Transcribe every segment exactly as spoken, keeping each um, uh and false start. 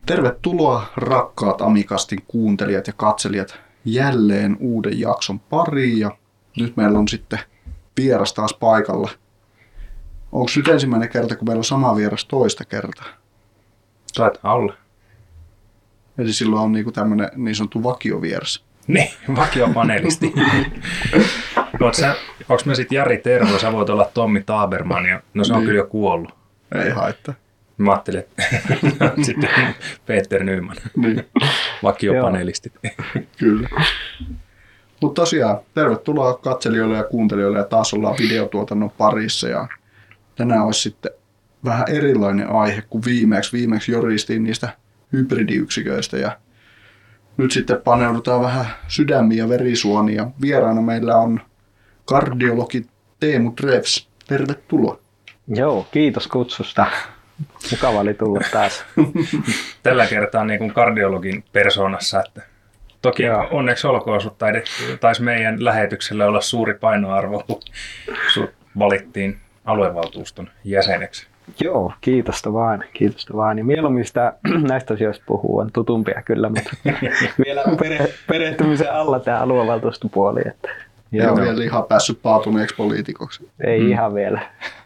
Tervetuloa rakkaat Amikastin kuuntelijat ja katselijat jälleen uuden jakson pariin. Ja nyt meillä on sitten vieras taas paikalla. Onko nyt ensimmäinen kerta, kun meillä on sama vieras toista kertaa? Taitaa olla. Eli silloin on niinku tämmöinen niin sanottu vakiovieras. Niin, vakiopanelisti. Onko me sitten Jari Tervo, sä voit olla Tommi Taberman, ja no se on niin. Kyllä jo kuollut. Ei haittaa. Mä ajattelin, että sitten Peter Nyman, niin. Vakiopanelistit. Kyllä. Mutta tosiaan, tervetuloa katselijoille ja kuuntelijoille, ja taas ollaan videotuotannon parissa. Ja tänään olisi sitten vähän erilainen aihe kuin viimeksi. Viimeksi joristiin niistä hybridiyksiköistä, ja nyt sitten paneudutaan vähän sydämiin ja verisuoniin. Ja vieraana meillä on kardiologi Teemu Trevs. Tervetuloa. Joo, kiitos kutsusta. Mukava oli tulla taas. Tällä kertaa niin kuin kardiologin persoonassa, että toki Joo. onneksi olkoon sut taisi meidän lähetyksellä olla suuri painoarvo, kun sut valittiin aluevaltuuston jäseneksi. Joo, kiitosta vaan, kiitosta vaan. Ja mieluummin sitä näistä asioista puhuu, on tutumpia kyllä, mutta vielä pere, perehtymisen alla tämä aluevaltuustopuoli. Että, ei ole vielä ihan päässyt paatuneeksi poliitikoksi. Ei hmm. ihan vielä.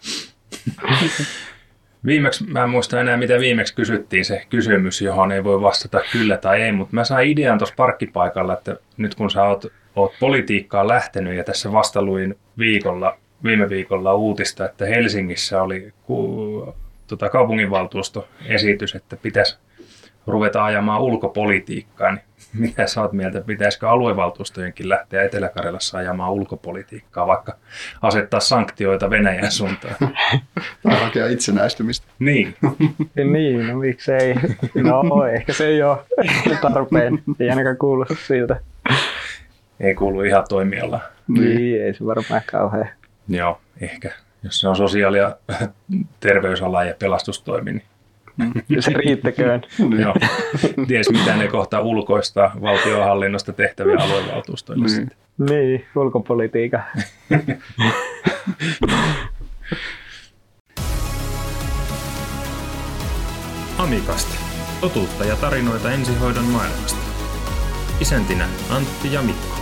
Viimeksi, mä en muista enää mitä viimeksi kysyttiin se kysymys, johon ei voi vastata kyllä tai ei, mutta mä sain idean tuossa parkkipaikalla, että nyt kun sä oot, oot politiikkaan lähtenyt ja tässä vasta luin viikolla, viime viikolla uutista, että Helsingissä oli ku, tota, kaupunginvaltuustoesitys, että pitäisi ruveta ajamaan ulkopolitiikkaa, niin mitä sä oot mieltä, pitäisikö aluevaltuustojenkin lähteä Etelä-Karjalassa ajamaan ulkopolitiikkaa, vaikka asettaa sanktioita Venäjän suuntaan? Tai hakea itsenäistymistä. Niin. Niin, no miksei. No ehkä se ei ole tarpeen, ei ainakaan kuulosta siltä. Ei kuulu ihan toimialaan. Niin, ei se varmaan kauhean. Joo, ehkä. Jos se on sosiaali- ja terveysala ja pelastustoimi, niin se riittäköön. Joo. Ties mitä ne kohta ulkoista valtionhallinnosta tehtäviä aluevaltuustoille niin. sitten. Niin, ulkopolitiikan. Amikasti. Totuutta ja tarinoita ensihoidon maailmasta. Isäntinä Antti ja Mikko.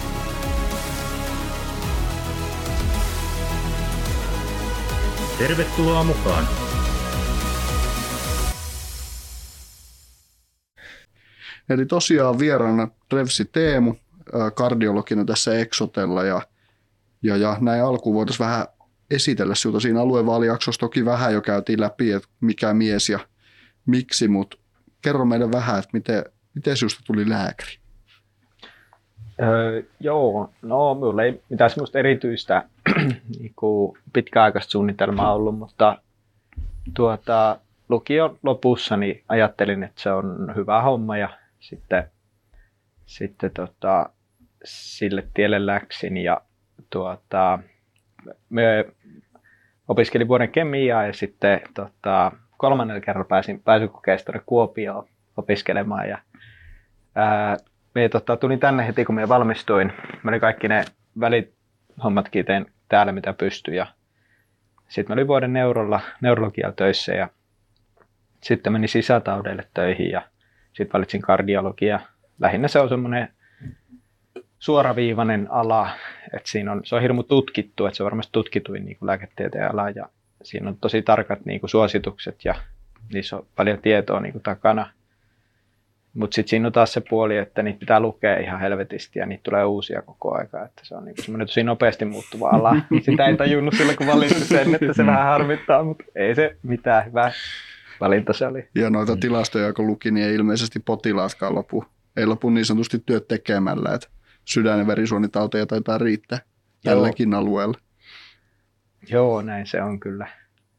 Tervetuloa mukaan. Eli tosiaan vieraana Trevsi Teemu, kardiologina tässä Exotella, ja, ja, ja näin alkuun voitaisiin vähän esitellä sinulta. Siinä aluevaalijaksossa toki vähän jo käytiin läpi, että mikä mies ja miksi, mutta kerro meille vähän, että miten, miten sinusta tuli lääkäri? Öö, joo, no minulla ei mitään sellaista erityistä niin kuin pitkäaikaista suunnitelmaa ollut, mutta tuota, lukion lopussa niin ajattelin, että se on hyvä homma ja sitten, sitten tota, sille tielle läksin ja tuota, me opiskelin vuoden kemiaa ja sitten tota, kolmannella kerralla pääsin pääsykokeesta tuonne Kuopioon opiskelemaan ja ää, me tota, tulin tänne heti kun me valmistuin. Mä olin kaikki ne välihommatkin tein täällä mitä pystyin ja sitten mä olin vuoden neurolla, neurologialla töissä ja sitten menin sisätaudeille töihin ja sitten valitsin kardiologia. Lähinnä se on semmoinen suoraviivainen ala, että siinä on, se on hirmu tutkittu, että se on varmasti tutkituin niin kuin lääketieteen ala ja siinä on tosi tarkat niin kuin suositukset ja niissä on paljon tietoa niin kuin takana. Mutta sitten siinä on taas se puoli, että niitä pitää lukea ihan helvetisti ja niitä tulee uusia koko aika, että se on niin semmoinen tosi nopeasti muuttuva ala. Sitä ei tajunnut silloin, kun valitsin sen, että se vähän harmittaa, mutta ei se mitään, hyvä valinta se oli. Ja noita tilastoja, kun luki, niin ei ilmeisesti potilaatkaan lopu. Ei lopu niin sanotusti työt tekemällä, että sydän- ja verisuonitauteja taitaa riittää tälläkin Joo. alueella. Joo, näin se on kyllä.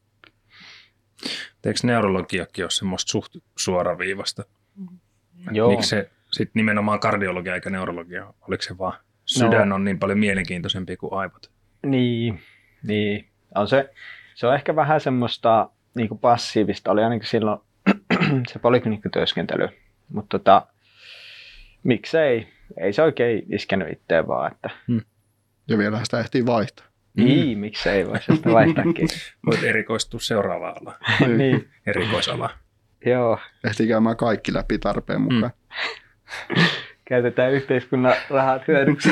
Eikö neurologiakin ole semmoista suht suoraviivasta? Joo. Miksi se sitten nimenomaan kardiologia eikä neurologia? Oliko se vaan sydän no. on niin paljon mielenkiintoisempi kuin aivot? Niin, niin. On se, se on ehkä vähän semmoista niin kuin passiivista. Oli ainakin silloin se poliklinikkatyöskentely. Mutta tota, miksei? Ei se oikein iskenyt itseään vaan. Että... Hmm. Ja vielä sitä ehtii vaihtaa. Niin, mm. miksei voisi sitä vaihtaakin. Voit erikoistua seuraavaan alaan. niin. Erikoisalaan. Joo. Ehtii käymään kaikki läpi tarpeen mukaan. Mm. Käytetään yhteiskunnan rahat hyödyksi.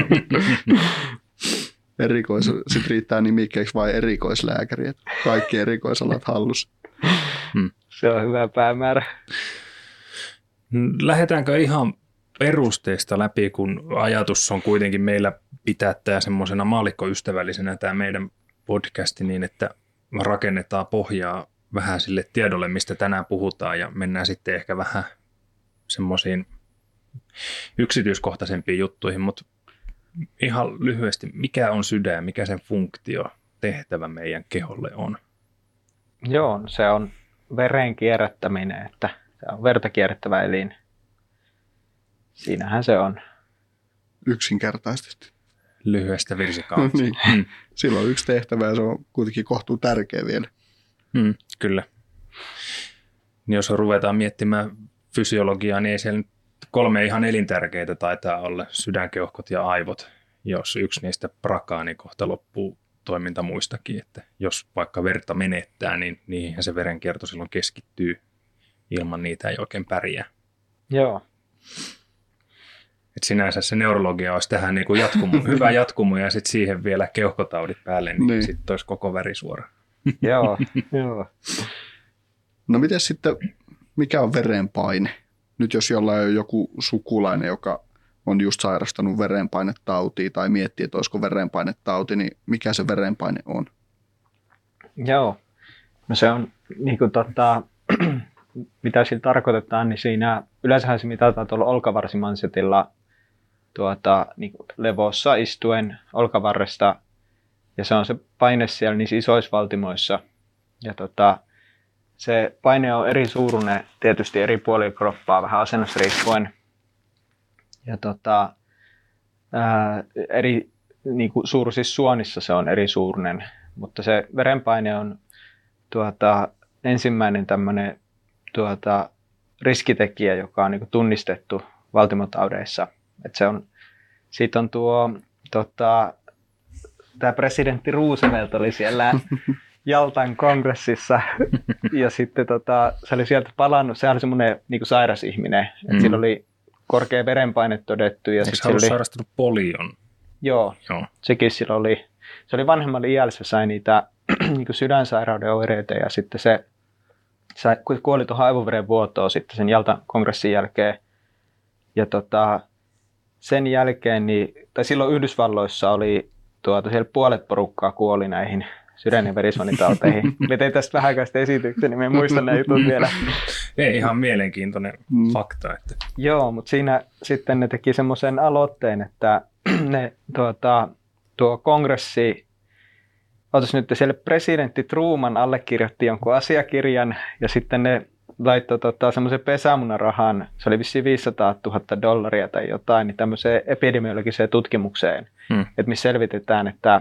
Erikois, sit riittää nimikkeeksi vain erikoislääkäri, että kaikki erikoisalat hallussa. Hmm. Se on hyvä päämäärä. Lähdetäänkö ihan perusteista läpi, kun ajatus on kuitenkin meillä pitää tämä semmoisena maallikkoystävällisenä tämä meidän podcasti niin, että rakennetaan pohjaa vähän sille tiedolle, mistä tänään puhutaan ja mennään sitten ehkä vähän semmoisiin yksityiskohtaisempiin juttuihin, mutta ihan lyhyesti, mikä on sydän, mikä sen funktio, tehtävä meidän keholle on? Joo, se on veren kierrättäminen, että se on verta kierrättävä elin. Siinähän se on. Yksinkertaisesti. Lyhyestä virsikautta. niin. mm. Sillä on yksi tehtävä ja se on kuitenkin kohtuu tärkeä vielä. Mm, kyllä. Niin jos ruvetaan miettimään fysiologiaa, niin ei siellä kolme ihan elintärkeitä taitaa olla, sydänkeuhkot ja aivot. Jos yksi niistä prakaa, niin kohta loppuu toiminta muistakin. Että jos vaikka verta menettää, niin niihin se verenkierto silloin keskittyy. Ilman niitä ei oikein pärjää. Joo. Et sinänsä se neurologia olisi tähän niin kuin jatkumo, hyvä jatkumo ja sitten siihen vielä keuhkotaudit päälle, niin, niin. sitten olisi koko värisuora. Joo, joo. No miten sitten, mikä on verenpaine? Nyt jos jollain on joku sukulainen, joka on just sairastanut verenpainetautia tai miettii, että olisiko verenpainetauti, niin mikä se verenpaine on? Joo, no se on niin kuin tota, mitä sillä tarkoitetaan, niin siinä yleensähän se mitataan tuolla olkavarsimansetilla tuota, niin kuin levossa istuen olkavarresta ja se on se paine siellä niissä isoissa valtimoissa ja tota, se paine on eri suuruinen tietysti eri puolilla kroppaa vähän asennosta riippuen ja tota, ää, eri niin kuin suuruisissa suonissa se on eri suuruinen, mutta se verenpaine on tuota, ensimmäinen tämmöinen tuota, riskitekijä, joka on niin kuin tunnistettu valtimotaudeissa. Et se on, siitä on tuo, tota, tämä presidentti Roosevelt oli siellä Jaltan kongressissa ja sitten tota, se oli sieltä palannut, se oli semmoinen niin kuin sairas ihminen, että mm. sillä oli korkea verenpaine todettu. Ja eikö se ollut sairastunut polion? Joo, joo, sekin sillä oli. Se oli vanhemmalla iällä, se sai niitä niin kuin sydänsairauden oireita ja sitten se sai, kuoli tuohon aivoverenvuotoon sitten sen Jaltan kongressin jälkeen. Ja tota, sen jälkeen, niin, tai silloin Yhdysvalloissa oli tuota, siellä puolet porukkaa kuoli näihin sydän- ja verisuonitauteihin. Me tein tästä vähän aikaa esityksen, niin me en muista nämä jutut vielä. Ei, ihan mielenkiintoinen mm. fakta. Että. Joo, mutta siinä sitten ne teki semmoisen aloitteen, että ne, tuota, tuo kongressi, otas nyt siellä presidentti Truman allekirjoitti jonkun asiakirjan ja sitten ne laittoi tota, semmoisen pesämunarahan, se oli vissiin viisisataatuhatta dollaria tai jotain, niin tämmöiseen epidemiologiseen tutkimukseen, mm. että missä selvitetään, että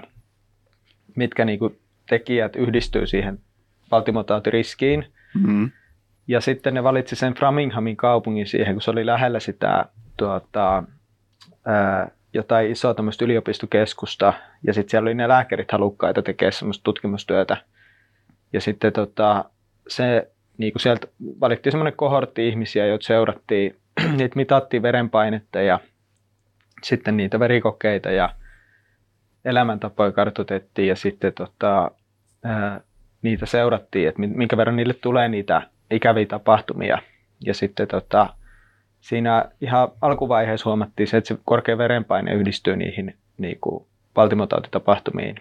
mitkä niinku tekijät yhdistyy siihen valtimotautiriskiin. Mm. Ja sitten ne valitsi sen Framinghamin kaupungin siihen, kun se oli lähellä sitä tuota, ää, jotain isoa tämmöistä yliopistokeskusta. Ja sitten siellä oli ne lääkärit halukkaita tekemään semmoista tutkimustyötä. Ja sitten tota, se, niin kuin sieltä valittiin semmoinen kohortti ihmisiä, joita seurattiin, niitä mitattiin verenpainetta ja sitten niitä verikokeita ja elämäntapoja kartoitettiin ja sitten tota, ää, niitä seurattiin, että minkä verran niille tulee niitä ikäviä tapahtumia. Ja sitten tota, siinä ihan alkuvaiheessa huomattiin se, että se korkea verenpaine yhdistyy niihin niin kuin valtimotautitapahtumiin.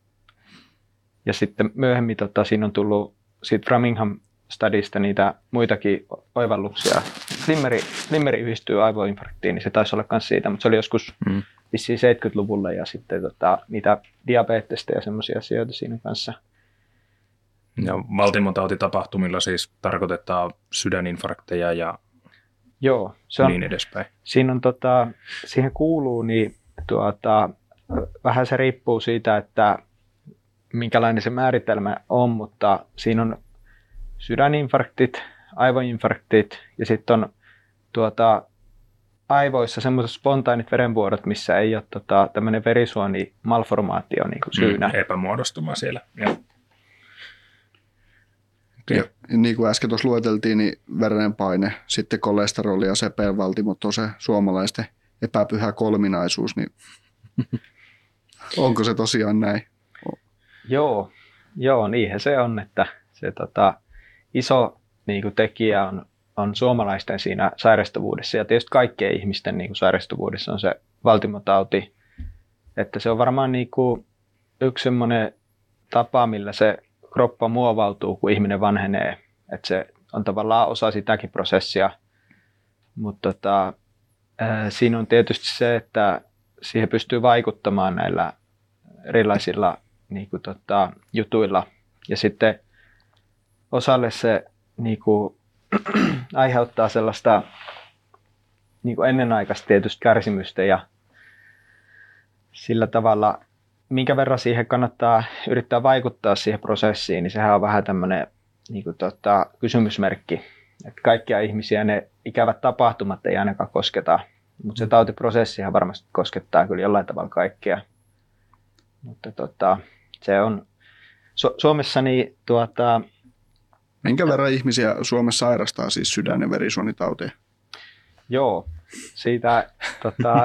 Ja sitten myöhemmin tota, siinä on tullut siitä Framingham Studista niitä muitakin oivalluksia. Slimmeri, Slimmeri yhdistyy aivoinfarktiin, niin se taisi olla myös siitä, mutta se oli joskus mm. vissiin seitsemänkymmentäluvulla ja sitten tota, niitä diabetesta ja semmoisia asioita siinä kanssa. Ja valtimotautitapahtumilla siis tarkoitetaan sydäninfarkteja ja Joo, se on, niin edespäin. Siinä on, tota, siihen kuuluu, niin tuota, vähän se riippuu siitä, että minkälainen se määritelmä on, mutta siinä on sydäninfarktit, aivoinfarktit ja sitten on tuota, aivoissa semmoiset spontaanit verenvuodot, missä ei ole tota, tämmöinen verisuonimalformaatio niin kuin syynä. Mm, epämuodostuma siellä. Ja. Okay. Ja niin kuin äsken tuossa lueteltiin, niin verenpaine, sitten kolesteroli ja sepelvaltimot on se suomalaisten epäpyhä kolminaisuus, niin onko se tosiaan näin? Joo, joo, niinhän se on, että se tota, iso niin kuin tekijä on, on suomalaisten siinä sairastuvuudessa ja tietysti kaikkien ihmisten niin kuin sairastuvuudessa on se valtimotauti, että se on varmaan niin kuin yksi semmoinen tapa, millä se kroppa muovautuu, kun ihminen vanhenee, että se on tavallaan osa sitäkin prosessia, mutta tota, ää, siinä on tietysti se, että siihen pystyy vaikuttamaan näillä erilaisilla niin kuin, tota, jutuilla. Ja sitten osalle se niin kuin, aiheuttaa sellaista niin kuin ennenaikaista tietysti kärsimystä ja sillä tavalla, minkä verran siihen kannattaa yrittää vaikuttaa siihen prosessiin, niin sehän on vähän tämmöinen niin kuin, tota, kysymysmerkki. Että kaikkia ihmisiä ne ikävät tapahtumat ei ainakaan kosketa, mutta se tautiprosessihan varmasti koskettaa kyllä jollain tavalla kaikkea. Mutta tota, se on Su- Suomessa niin tuota... Minkä verran ihmisiä Suomessa sairastaa siis sydän- ja verisuonitauteja? Joo, siitä tota,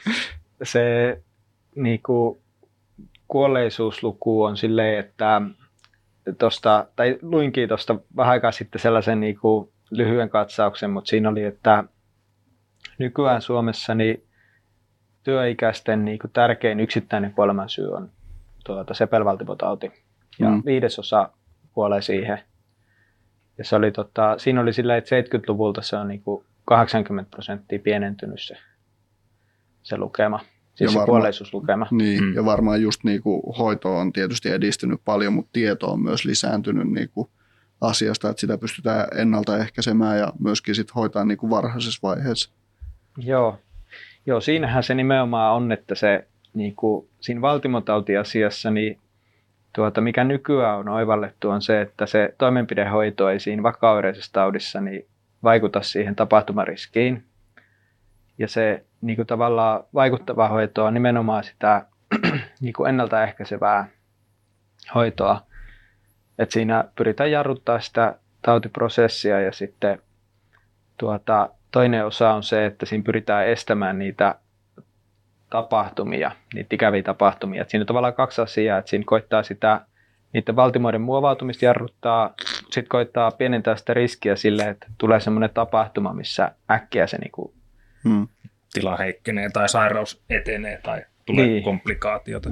se niinku, kuolleisuusluku on silleen, että tosta, tai luinkin tuosta vähän aikaa sitten sellaisen niinku, lyhyen katsauksen, mutta siinä oli, että nykyään Suomessa niin työikäisten niinku, tärkein yksittäinen kuolemansyy on tuota, sepelvaltimotauti. Ja mm. viidesosa kuolee siihen. Ja se oli, tota, siinä oli silleen, että seitsemänkymmentäluvulta se on niinku kahdeksankymmentä prosenttia pienentynyt se, se lukema, siis se kuolleisuuslukema. Niin, mm. ja varmaan just niinku hoito on tietysti edistynyt paljon, mutta tieto on myös lisääntynyt niinku asiasta, että sitä pystytään ennaltaehkäisemään ja myöskin sit hoitaa niinku varhaisessa vaiheessa. Joo. Joo, siinähän se nimenomaan on, että se niinku, siinä valtimotautiasiassa, niin tuota, mikä nykyään on oivallettu, on se, että se toimenpidehoito ei siinä vakaoireisessa taudissa niin vaikuta siihen tapahtumariskiin. Ja se niin kuin tavallaan vaikuttava hoito on nimenomaan sitä niin kuin ennaltaehkäisevää hoitoa. Et siinä pyritään jarruttaa sitä tautiprosessia ja sitten tuota, toinen osa on se, että siinä pyritään estämään niitä tapahtumia, niitä ikäviä tapahtumia. Et siinä on tavallaan kaksi asiaa, että siinä koittaa sitä niiden valtimoiden muovautumista jarruttaa, sitten koittaa pienentää sitä riskiä sille, että tulee semmoinen tapahtuma, missä äkkiä se niinku Hmm. tila heikkenee tai sairaus etenee tai tulee niin. komplikaatiota.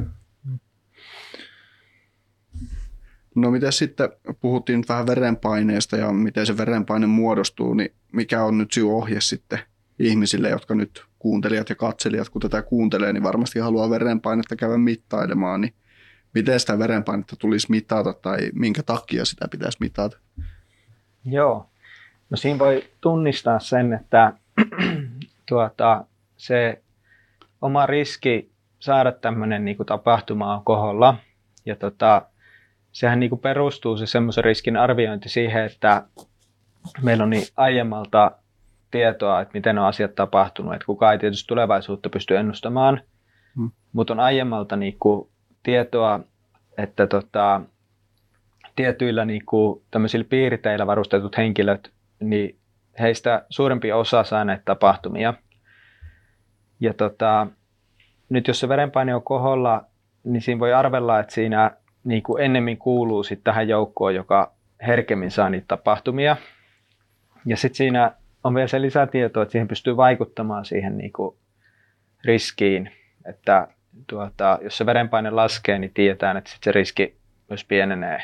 No miten sitten, puhuttiin nyt vähän verenpaineesta ja miten se verenpaine muodostuu, niin mikä on nyt sinun ohje sitten ihmisille, jotka nyt kuuntelijat ja katselijat, kun tätä kuuntelee, niin varmasti haluaa verenpainetta käydä mittailemaan, niin miten sitä verenpainetta tulisi mitata tai minkä takia sitä pitäisi mitata? Joo, no siinä voi tunnistaa sen, että tuota, se oma riski saada tämmöinen niin kuin tapahtuma on koholla. Ja tota, sehän niin kuin perustuu se semmoisen riskin arviointi siihen, että meillä on niin aiemmalta tietoa, että miten on asiat tapahtunut. Että kukaan ei tietysti tulevaisuutta pysty ennustamaan, hmm. mutta on aiemmalta niin kuin tietoa, että tota, tietyillä niin kuin tämmöisillä piirteillä varustetut henkilöt, niin heistä suurempi osa saa näitä tapahtumia. Ja tota, nyt jos se verenpaine on koholla, niin siinä voi arvella, että siinä niin kuin ennemmin kuuluu sit tähän joukkoon, joka herkemmin saa niitä tapahtumia. Ja sitten siinä on vielä se lisätieto, että siihen pystyy vaikuttamaan siihen niin kuin riskiin. Että tuota, jos se verenpaine laskee, niin tiedetään, että sit se riski myös pienenee.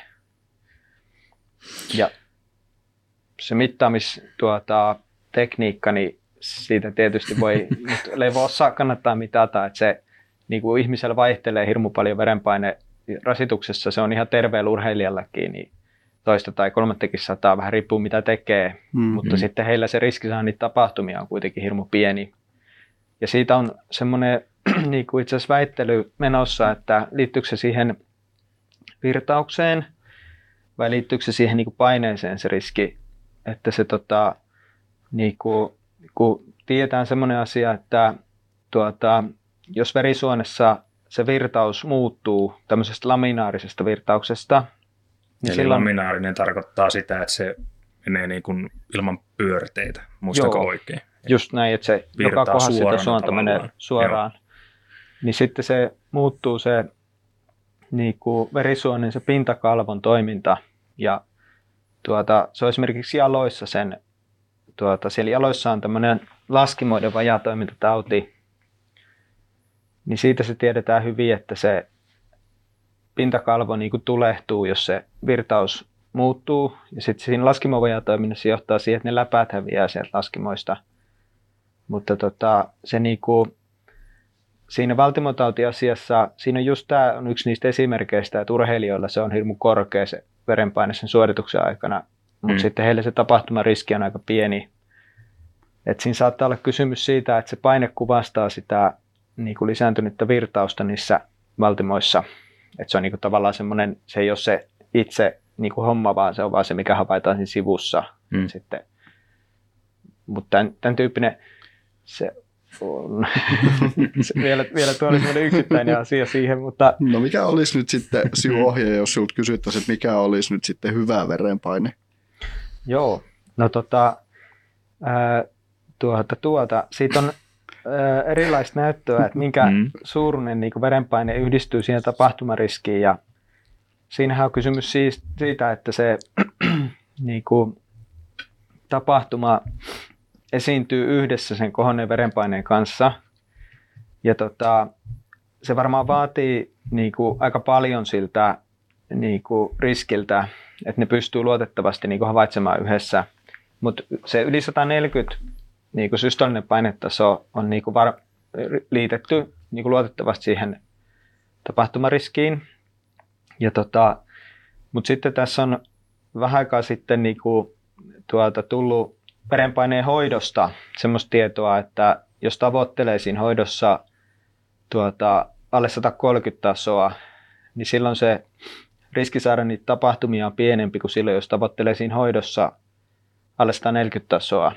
Ja se mittaamistekniikka, tuota, niin siitä tietysti voi, levossa kannattaa mitata, että se niin kuin ihmisellä vaihtelee hirmu paljon verenpaine rasituksessa, se on ihan terveellä urheilijallakin, niin toista tai kolmattakin sataa, vähän riippuu mitä tekee, mm-hmm. mutta sitten heillä se riski saada niitä tapahtumia on kuitenkin hirmu pieni. Ja siitä on semmoinen niin kuin itse asiassa väittely menossa, että liittyykö se siihen virtaukseen vai liittyykö se siihen niin kuin paineeseen se riski, että se tota, niin kuin, kun tiedetään semmoinen asia, että tuota, jos verisuonessa se virtaus muuttuu tämmöisestä laminaarisesta virtauksesta Eli silloin laminaarinen tarkoittaa sitä, että se menee niin kuin ilman pyörteitä, muistako joo, oikein? Just näin, että se joka kohdassa sitä suonta menee suoraan. Joo. Niin sitten se muuttuu se niin kuin verisuonen, se pintakalvon toiminta. Ja tuota, se on esimerkiksi jaloissa sen, tuota, siellä jaloissa on tämmöinen laskimoiden vajaatoimintatauti. Niin siitä se tiedetään hyvin, että se pintakalvo niin kuin tulehtuu, jos se virtaus muuttuu. Ja sitten siinä laskimovajatoiminnassa johtaa siihen, että ne läpäät häviää sieltä laskimoista. Mutta tota, se niinku, siinä valtimotautiasiassa, siinä on just tämä on yksi niistä esimerkkeistä, että urheilijoilla se on hirmu korkea se verenpaine sen suorituksen aikana, mutta mm. sitten heille se tapahtumariski on aika pieni. Et siinä saattaa olla kysymys siitä, että se paine kuvastaa sitä niinku lisääntynyttä virtausta niissä valtimoissa. Että se on niinku tavallaan semmoinen, se ei ole se itse niinku homma, vaan se on vaan se, mikä havaitaan siinä sivussa. Mm. Sitten. Mutta tämän, tämän tyyppinen se on. se vielä, vielä tuo oli semmoinen yksittäinen asia siihen, mutta... No mikä olisi nyt sitten sivuohjaaja, jos sinulta kysyttäisiin, että mikä olisi nyt sitten hyvä verenpaine? Joo, no tota, ää, tuota, tuota, siitä on ää, erilaista näyttöä, että minkä mm. suuruinen niin kuin verenpaine yhdistyy siihen tapahtumariskiin. Ja siinähän on kysymys siis, siitä, että se niin kuin, tapahtuma esiintyy yhdessä sen kohonneen verenpaineen kanssa. Ja tota, se varmaan vaatii niin kuin, aika paljon siltä niin kuin, riskiltä, että ne pystyy luotettavasti niin kuin, havaitsemaan yhdessä. Mutta se yli sata neljäkymmentä niin kuin, systolinen painetaso on niin kuin, var- liitetty niin kuin, luotettavasti siihen tapahtumariskiin. Ja tota, mutta sitten tässä on vähän aikaa sitten niin kuin, tuolta tullut verenpaineen hoidosta semmoista tietoa, että jos tavoittelee siinä hoidossa tuota, alle sata kolmekymmentä tasoa, niin silloin se riski saada niitä tapahtumia on pienempi kuin silloin, jos tavoittelee siinä hoidossa alle sata neljäkymmentä tasoa.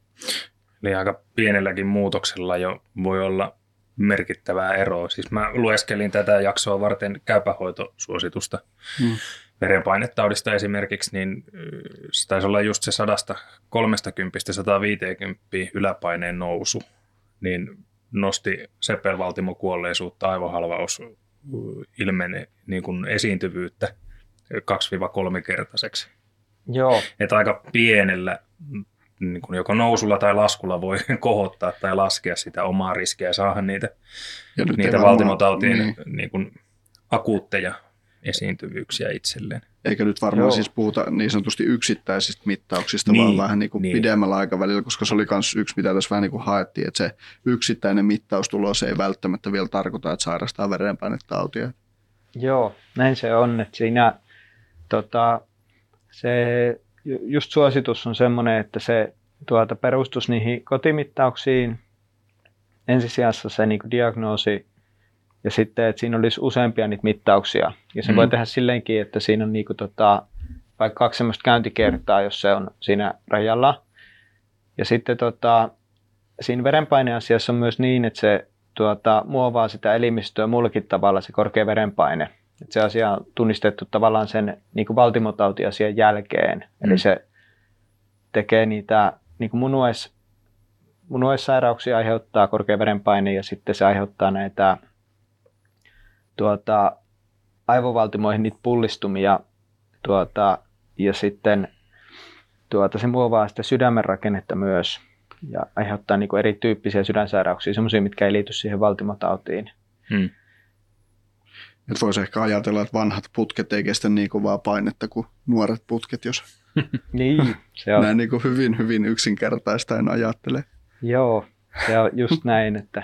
Eli aika pienelläkin muutoksella jo voi olla merkittävää eroa. Siis mä lueskelin tätä jaksoa varten käypähoitosuositusta hmm. verenpainetaudista esimerkiksi, niin se taisi olla just se sadasta kolmestakymmentä sata viisikymmentä yläpaineen nousu, niin nosti sepelvaltimokuolleisuutta, aivohalvaus ilmene niin kuin esiintyvyyttä kaksi-kolme kertaiseksi. Joo. Että aika pienellä niin kuin joko nousulla tai laskulla voi kohottaa tai laskea sitä omaa riskiä ja saada niitä, niitä valtimotautien niin. Niin kuin akuutteja esiintyvyyksiä itselleen. Eikä nyt varmaan Joo. siis puhuta niin sanotusti yksittäisistä mittauksista, niin, vaan vähän niin kuin niin. pidemmällä aikavälillä, koska se oli myös yksi, mitä tässä vähän niin kuin haettiin, että se yksittäinen mittaustulos ei välttämättä vielä tarkoita, että sairastaa verenpainetautia. Joo, näin se on, että siinä tota, se just suositus on semmoinen, että se tuota, perustuisi niihin kotimittauksiin, ensisijassa se niin kuin diagnoosi, ja sitten, että siinä olisi useampia niitä mittauksia. Ja se mm. voi tehdä silleenkin, että siinä on niin kuin, tota, vaikka kaksi semmoista käyntikertaa, jos se on siinä rajalla. Ja sitten tota, siinä verenpaineasiassa on myös niin, että se tuota, muovaa sitä elimistöä muullakin tavalla se korkea verenpaine. Että se asia on tunnistettu tavallaan sen niin kuin valtimotautiasian jälkeen. Mm. Eli se tekee niitä niin kuin munuais, munuaissairauksia aiheuttaa korkea verenpaine ja sitten se aiheuttaa näitä tuota, aivovaltimoihin niitä pullistumia tuota, ja sitten tuota, se muovaa sitä sydämen rakennetta myös ja aiheuttaa niin kuin erityyppisiä sydänsairauksia, semmoisia, mitkä ei liity siihen valtimotautiin. Hmm. Nyt voisi ehkä ajatella, että vanhat putket ei kestä niin kovaa painetta kuin nuoret putket, jos niin, se on. Näin niin kuin hyvin, hyvin yksinkertaista en ajattele. Joo, se on just näin, että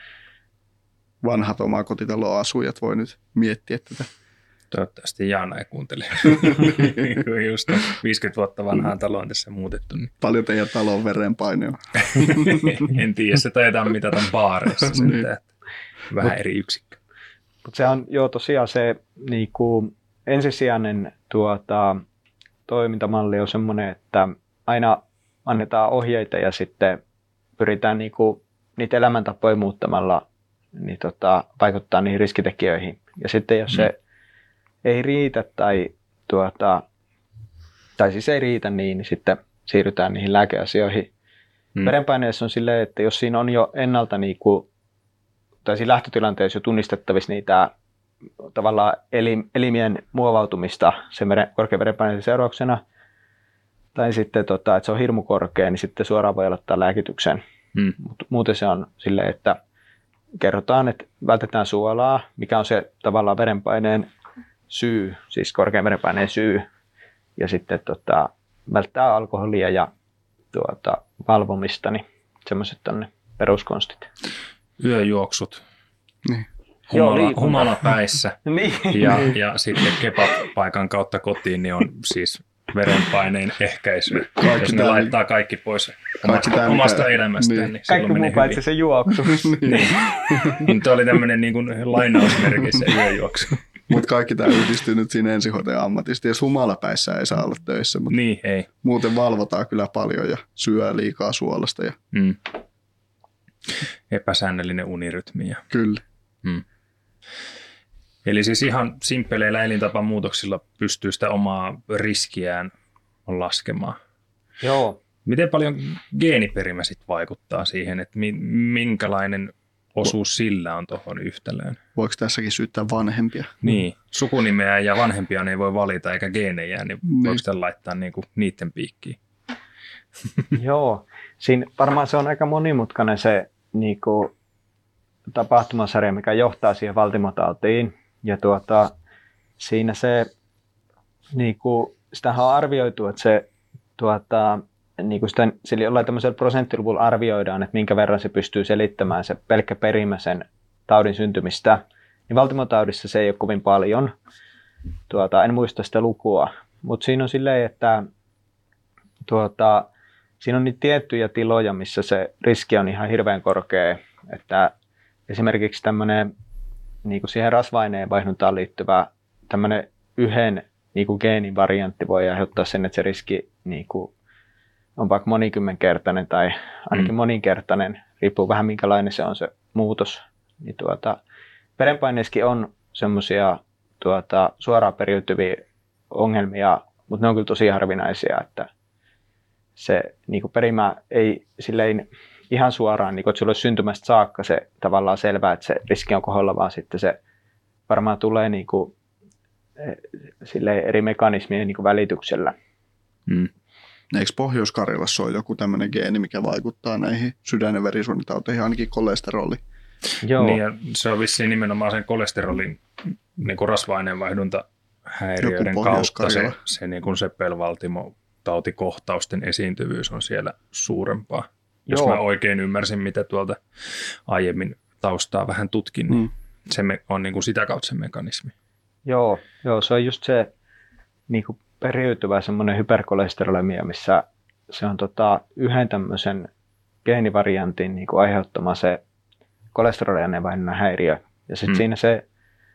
vanhat omakotitaloasujat voi nyt miettiä tätä. Toivottavasti Jaana ei kuuntele. Just viisikymmentä vuotta vanhaan taloon tässä muutettu. Niin. Paljon teidän talon verenpaine on. En tiedä, se taitaa mitata baareissa. niin. Sitten, vähän Mut, eri yksikkö. Mutta se on jo tosiaan se niinku, ensisijainen tuota, toimintamalli on semmoinen, että aina annetaan ohjeita ja sitten pyritään niinku, niitä elämäntapoja muuttamalla niin tota, vaikuttaa niihin riskitekijöihin. Ja sitten jos mm. se ei riitä tai tuota, tai siis ei riitä niin, niin sitten siirrytään niihin lääkeasioihin. Hmm. Verenpaineessa on silleen, että jos siinä on jo ennalta, niin kuin, tai siinä lähtötilanteessa jo tunnistettavissa niitä tavallaan elim, elimien muovautumista sen veren, korkean verenpaineen seurauksena, tai sitten, tota, että se on hirmu korkea, niin sitten suoraan voi aloittaa lääkityksen. Hmm. Muuten se on silleen, että kerrotaan, että vältetään suolaa, mikä on se tavallaan verenpaineen syy, siis korkean verenpaineen syy, ja sitten tota, välttää alkoholia ja tuota, valvomista, niin semmoiset on ne peruskonstit. Yöjuoksut. Niin. Humala, Joo, humala päissä niin. ja, ja sitten kebab-paikan kautta kotiin niin on siis verenpaineen ehkäisy. Kaikki Jos ne tämän, laittaa kaikki pois kaikki omasta, omasta elämästään, niin, niin kaikki muu paitsi se juoksu. niin. niin. Tuo oli tämmöinen niin kuin lainausmerkissä yöjuoksu. Mutta kaikki tämä yhdistyy nyt siinä ensihoitajan ammatista. Jos humalapäissä ei saa olla töissä, mutta niin, ei. muuten valvotaan kyllä paljon ja syö liikaa suolasta. Ja... Mm. Epäsäännöllinen unirytmi. Ja... Kyllä. Mm. Eli siis ihan simppeleillä elintapamuutoksilla pystyy sitä omaa riskiään laskemaan. Joo. Miten paljon geeniperimä sit vaikuttaa siihen, että minkälainen osuus sillä on tuohon yhtälöön? Voiko tässäkin syyttää vanhempia? Niin, sukunimeä ja vanhempia ei voi valita eikä geenejä, niin, niin. voiko sitä laittaa niinku niiden piikkiin? Joo, siinä varmaan se on aika monimutkainen se niinku, tapahtumasarja, mikä johtaa siihen valtimotautiin. Ja tuota, siinä se, niinku, sitähän on arvioitu, että se, tuota, niinku sitä, sillä jollain tämmöisellä prosenttiluvulla arvioidaan, että minkä verran se pystyy selittämään se pelkkä perimä sen taudin syntymistä. Niin valtimotaudissa se ei ole kovin paljon. Tuota, en muista sitä lukua, mutta siinä on silleen, että tuota, siinä on niitä tiettyjä tiloja, missä se riski on ihan hirveän korkea. Että esimerkiksi tämmöinen niin kuin siihen rasva-aineen vaihduntaan liittyvä tämmöinen yhden niin kuin geenin variantti voi aiheuttaa sen, että se riski niin kuin on vaikka monikymmenkertainen tai ainakin mm. moninkertainen, riippuu vähän minkälainen se on se muutos. Niin tuota, verenpaineessakin on semmoisia tuota, suoraan periytyviä ongelmia, mutta ne on kyllä tosi harvinaisia, että se niin kuin perimä ei silleen ihan suoraan, niin kuin, että sulla olisi syntymästä saakka se tavallaan selvää, että se riski on kohdalla, vaan sitten se varmaan tulee niin kuin, silleen eri mekanismien niin kuin välityksellä. Mm. Eikö Pohjois-Karjalassa ole joku tämmöinen geeni, mikä vaikuttaa näihin sydän- ja verisuonitauteihin, ainakin kolesteroli? Joo. Niin, ja se on vissiin nimenomaan sen kolesterolin niin kuin rasva-aineenvaihdunta häiriöiden kautta se, se niin kuin sepelvaltimotautikohtausten esiintyvyys on siellä suurempaa. Jos Joo. mä oikein ymmärsin, mitä tuolta aiemmin taustaa vähän tutkin, niin mm. se on niin kuin sitä kautta se mekanismi. Joo, joo, se on just se niin kuin periytyvä semmoinen hyperkolesterolemia, missä se on tota, yhden tämmöisen geenivariantin niin kuin aiheuttama se kolesteroliaineenvaihdunnan häiriö. Ja sitten mm. siinä se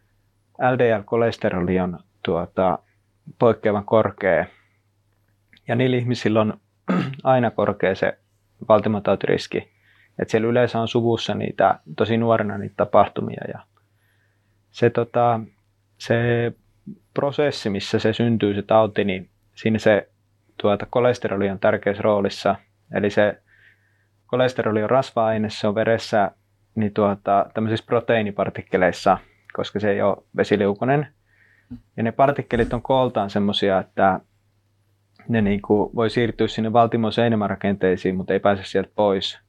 L D L-kolesteroli on tuota, poikkeavan korkea. Ja niillä ihmisillä on aina korkea se valtimotautiriski. Että siellä yleensä on suvussa niitä tosi nuorena niitä tapahtumia. Ja se, tota, se prosessi, missä se syntyy se tauti, niin siinä se tuota, kolesteroli on tärkeässä roolissa. Eli se kolesteroli on rasva-aine, se on veressä niin tuota, tämmöisissä proteiinipartikkeleissa, koska se ei ole vesiliukoinen. Ja ne partikkelit on kooltaan semmoisia, että ne niinku voi siirtyä sinne valtimon seinämärakenteisiin, mutta ei pääse sieltä pois.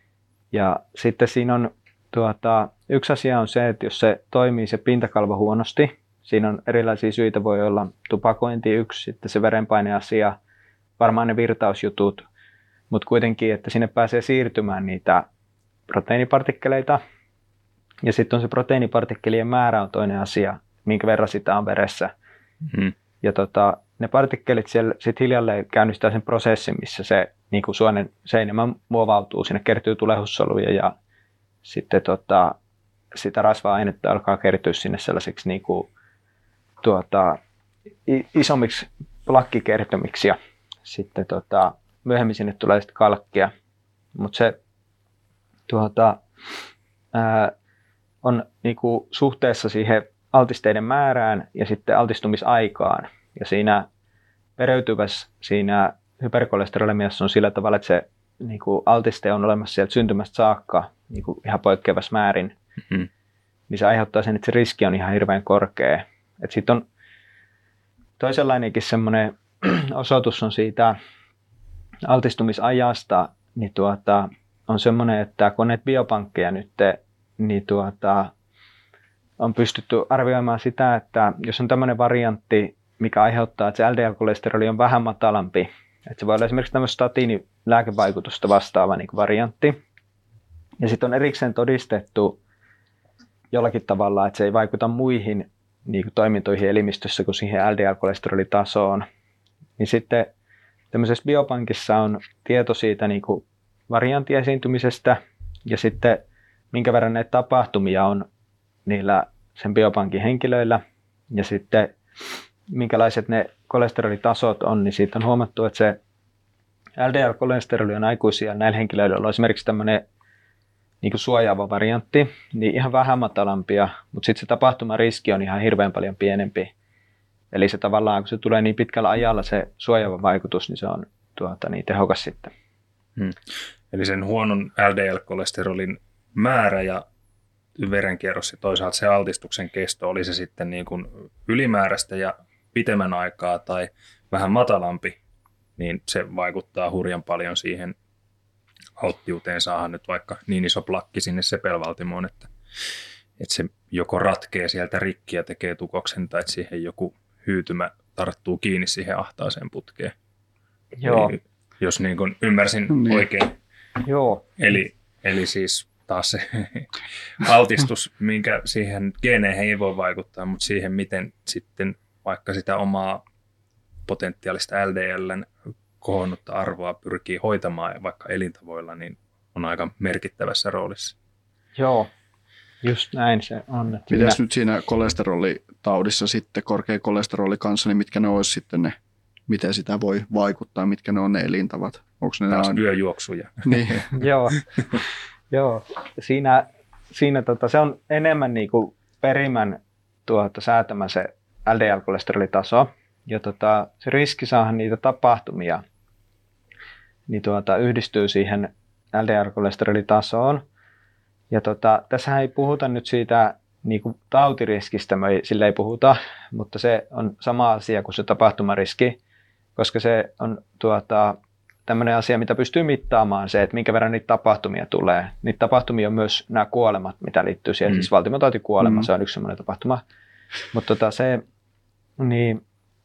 Ja sitten siinä on tuota, yksi asia on se, että jos se toimii se pintakalvo huonosti, siinä on erilaisia syitä, voi olla tupakointi yksi, sitten se verenpaineasia, varmaan ne virtausjutut, mutta kuitenkin, että sinne pääsee siirtymään niitä proteiinipartikkeleita. Ja sitten on se proteiinipartikkelien määrä on toinen asia, minkä verran sitä on veressä. Mm. Ja tota, ne partikkelit siellä sitten hiljalleen käynnistää sen prosessin, missä se niin kuin suonen seinämä muovautuu, sinne kertyy tulehussoluja ja sitten tota, sitä rasva-ainetta alkaa kertyä sinne sellaisiksi niin kuin, tuota, isommiksi plakkikertymiksi ja sitten tota, myöhemmin sinne tulee sitten kalkkia. Mutta se tuota, ää, on niin kuin suhteessa siihen altisteiden määrään ja sitten altistumisaikaan. Ja siinä periytyvässä siinä hyperkolesterolemiassa on sillä tavalla, että se niin kuin altiste on olemassa sieltä syntymästä saakka niin kuin ihan poikkeavassa määrin. Mm-hmm. Niin se aiheuttaa sen, että se riski on ihan hirveän korkea. Sitten on toisenlainenkin semmoinen osoitus on siitä altistumisajasta, niin tuota, on semmoinen, että kun on näitä biopankkeja nyt, niin tuota, on pystytty arvioimaan sitä, että jos on tämmöinen variantti, mikä aiheuttaa, että se L D L-kolesteroli on vähän matalampi, että se voi olla esimerkiksi tämmöistä statiinilääkevaikutusta vastaava niin kuin variantti. Ja sitten on erikseen todistettu jollakin tavalla, että se ei vaikuta muihin niin kuin toimintoihin elimistössä kuin siihen L D L-kolesterolitasoon. Niin sitten tämmöisessä biopankissa on tieto siitä niin kuin variantin esiintymisestä ja sitten minkä verran näitä tapahtumia on niillä sen biopankin henkilöillä ja sitten minkälaiset ne kolesterolitasot on, niin siitä on huomattu, että se L D L-kolesteroli on aikuisia näillä henkilöillä on esimerkiksi tämmöinen niin kuin suojaava variantti, niin ihan vähän matalampia, mutta sitten se tapahtumariski on ihan hirveän paljon pienempi. Eli se tavallaan, kun se tulee niin pitkällä ajalla se suojaava vaikutus, niin se on tuota, niin tehokas sitten. Hmm. Eli sen huonon L D L-kolesterolin määrä ja verenkierros ja toisaalta se altistuksen kesto, oli se sitten niin kuin ylimääräistä ja pitemmän aikaa tai vähän matalampi, niin se vaikuttaa hurjan paljon siihen alttiuteen saada nyt vaikka niin iso plakki sinne sepelvaltimoon, että, että se joko ratkee sieltä rikki ja tekee tukoksen tai että siihen joku hyytymä tarttuu kiinni siihen ahtaaseen putkeen. Joo. Eli, jos niin kuin ymmärsin niin oikein. Joo. Eli, eli siis taas se altistus, minkä siihen geeneihin ei voi vaikuttaa, mutta siihen, miten sitten vaikka sitä omaa potentiaalista L D L:n kohonnutta arvoa pyrkii hoitamaan vaikka elintavoilla, niin on aika merkittävässä roolissa. Joo, just näin se on. Että mitäs minä... nyt siinä kolesterolitaudissa sitten, korkea kolesteroli kanssa, niin mitkä ne olisi sitten ne, miten sitä voi vaikuttaa, mitkä ne on ne elintavat? Onko ne taas aina... yöjuoksuja. Niin. Joo, Joo. Siinä, siinä tota, se on enemmän niin kuin perimän tuota, säätämä se L D L-kolesterolitaso. Ja tota, se riski saada niitä tapahtumia niin tuota, yhdistyy siihen L D L-kolesterolitasoon. Ja tota, tässähän ei puhuta nyt siitä niin kuin tautiriskistä, me ei, sillä ei puhuta, mutta se on sama asia kuin se tapahtumariski, koska se on tuota, tämmöinen asia, mitä pystyy mittaamaan se, että minkä verran niitä tapahtumia tulee. Niitä tapahtumia on myös nämä kuolemat, mitä liittyy siihen, mm. siis valtimotautikuolema, mm. se on yksi semmoinen tapahtuma. Mutta tota, se, niin,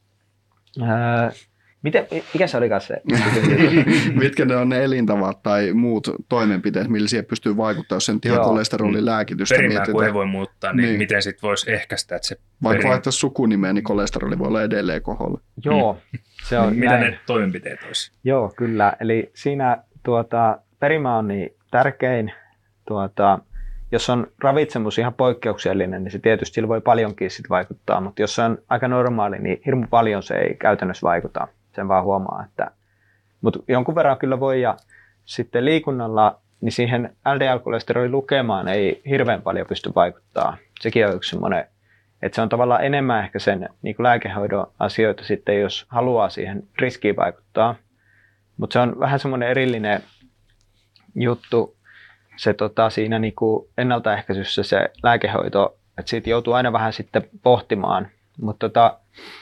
ää, miten, mikä se olikaan se? Mitkä ne on ne elintavat tai muut toimenpiteet, millä siihen pystyy vaikuttamaan, jos sen ihan kolesterolilääkitystä perimää, mietitään. kun ei voi muuttaa, niin, niin. miten sitten voisi ehkäistä, että se vaikka perin... vaihtaisi sukunimeä, niin kolesteroli voi olla edelleen koholla. Joo, se on mitä näin. ne toimenpiteet olisi? Joo, kyllä. Eli siinä tuota, perimä on niin tärkein. Tuota, jos on ravitsemus ihan poikkeuksellinen, niin se tietysti sillä voi paljonkin sit vaikuttaa, mutta jos se on aika normaali, niin hirmu paljon se ei käytännössä vaikuta. Sen vaan huomaa, että mutta jonkun verran kyllä voi ja sitten liikunnalla, niin siihen L D L-kolesterolin lukemaan ei hirveän paljon pysty vaikuttaa. Sekin on yksi semmoinen, että se on tavallaan enemmän ehkä sen niin kuin lääkehoidon asioita sitten, jos haluaa siihen riskiin vaikuttaa. Mutta se on vähän semmoinen erillinen juttu se tota, siinä niin kuin ennaltaehkäisyssä se lääkehoito, että siitä joutuu aina vähän sitten pohtimaan. Mutta tota,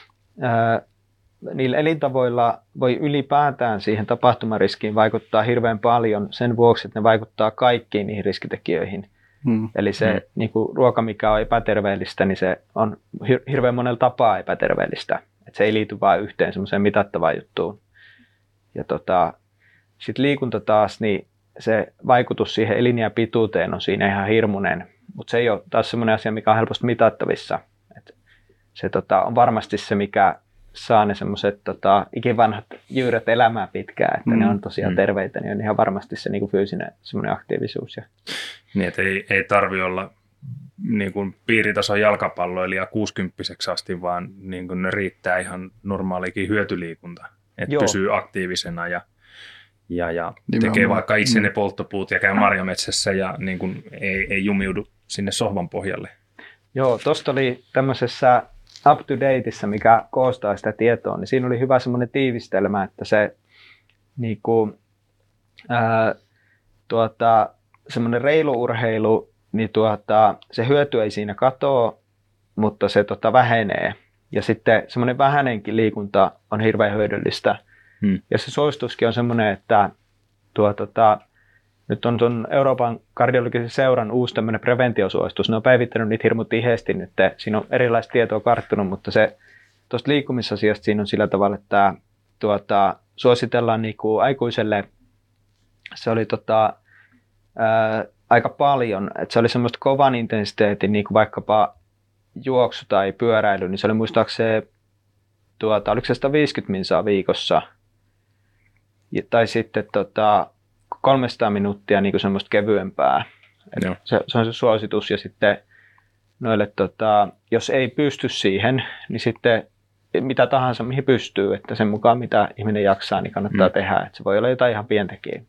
niillä elintavoilla voi ylipäätään siihen tapahtumariskiin vaikuttaa hirveän paljon sen vuoksi, että ne vaikuttaa kaikkiin niihin riskitekijöihin. Hmm. Eli se hmm. niin kuin ruoka, mikä on epäterveellistä, niin se on hir- hirveän monella tapaa epäterveellistä. Et se ei liity vain yhteen semmoiseen mitattavaan juttuun. Ja tota, sitten liikunta taas, niin se vaikutus siihen eliniän pituuteen on siinä ihan hirmuinen. Mutta se ei ole taas semmoinen asia, mikä on helposti mitattavissa. Et se tota, on varmasti se, mikä saa ne semmoiset tota, ikivanhat jyyrät elämään pitkään, että mm. ne on tosiaan mm. terveitä, niin on ihan varmasti se niin kuin fyysinen semmoinen aktiivisuus. Ja... Niin, että ei, ei tarvitse olla niin kuin piiritason jalkapalloilija kuusikymppiseksi asti, vaan niin kuin ne riittää ihan normaalikin hyötyliikunta, että Joo. pysyy aktiivisena ja, ja, ja tekee vaikka itse ne polttopuut ja käy marjametsässä ja niin kuin ei, ei jumiudu sinne sohvan pohjalle. Joo, tuosta oli tämmöisessä UpToDateissa, mikä koostaa sitä tietoa, niin siinä oli hyvä semmoinen tiivistelmä, että se niin kuin, ää, tuota, semmoinen reilu urheilu, niin tuota, se hyöty ei siinä katoa, mutta se tota, vähenee. Ja sitten semmoinen vähäinenkin liikunta on hirveän hyödyllistä. Hmm. Ja se suosituskin on semmoinen, että tuo, tota, nyt on tuon Euroopan kardiologisen seuran uusi tämmöinen preventiosuositus. Ne on päivittänyt niitä hirmu tiheesti nyt. Siinä on erilaista tietoa karttunut, mutta se tuosta liikkumisasiasta siinä on sillä tavalla, että tuota, suositellaan niinku aikuiselle, se oli tota, ää, aika paljon, että se oli semmoista kovan intensiteetin, niin kuin vaikkapa juoksu tai pyöräily, niin se oli muistaakseni, tuota, oliko se sata viisikymmentä minsaa viikossa, ja, tai sitten tota, kolmesataa minuuttia niin kuin semmoista kevyempää. Se, se on se suositus, ja sitten noille, tota, jos ei pysty siihen, niin sitten mitä tahansa, mihin pystyy, että sen mukaan mitä ihminen jaksaa, niin kannattaa mm. tehdä. Että se voi olla jotain ihan pientäkin.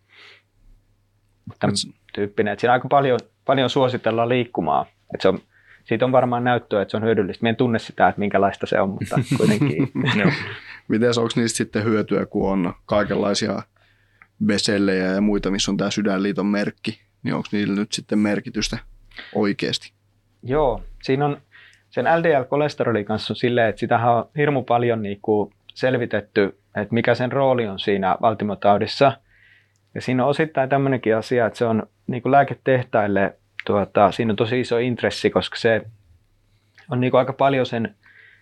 Mutta tyyppinen, että siinä aika paljon, paljon suositellaan liikkumaan. Että se on, siitä on varmaan näyttöä, että se on hyödyllistä. Mie en tunne sitä, että minkälaista se on, mutta kuitenkin. Miten onko niistä sitten hyötyä, kun on kaikenlaisia besellejä ja muita, missä on tämä Sydänliiton merkki, niin onko niillä nyt sitten merkitystä oikeasti? Joo, siinä on sen L D L-kolesterolin kanssa on silleen, että sitähän on hirmu paljon niin kuin selvitetty, että mikä sen rooli on siinä valtimotaudissa. Ja siinä on osittain tämmöinenkin asia, että se on niin kuin lääketehtaille, tuota, siinä on tosi iso intressi, koska se on niin kuin aika paljon sen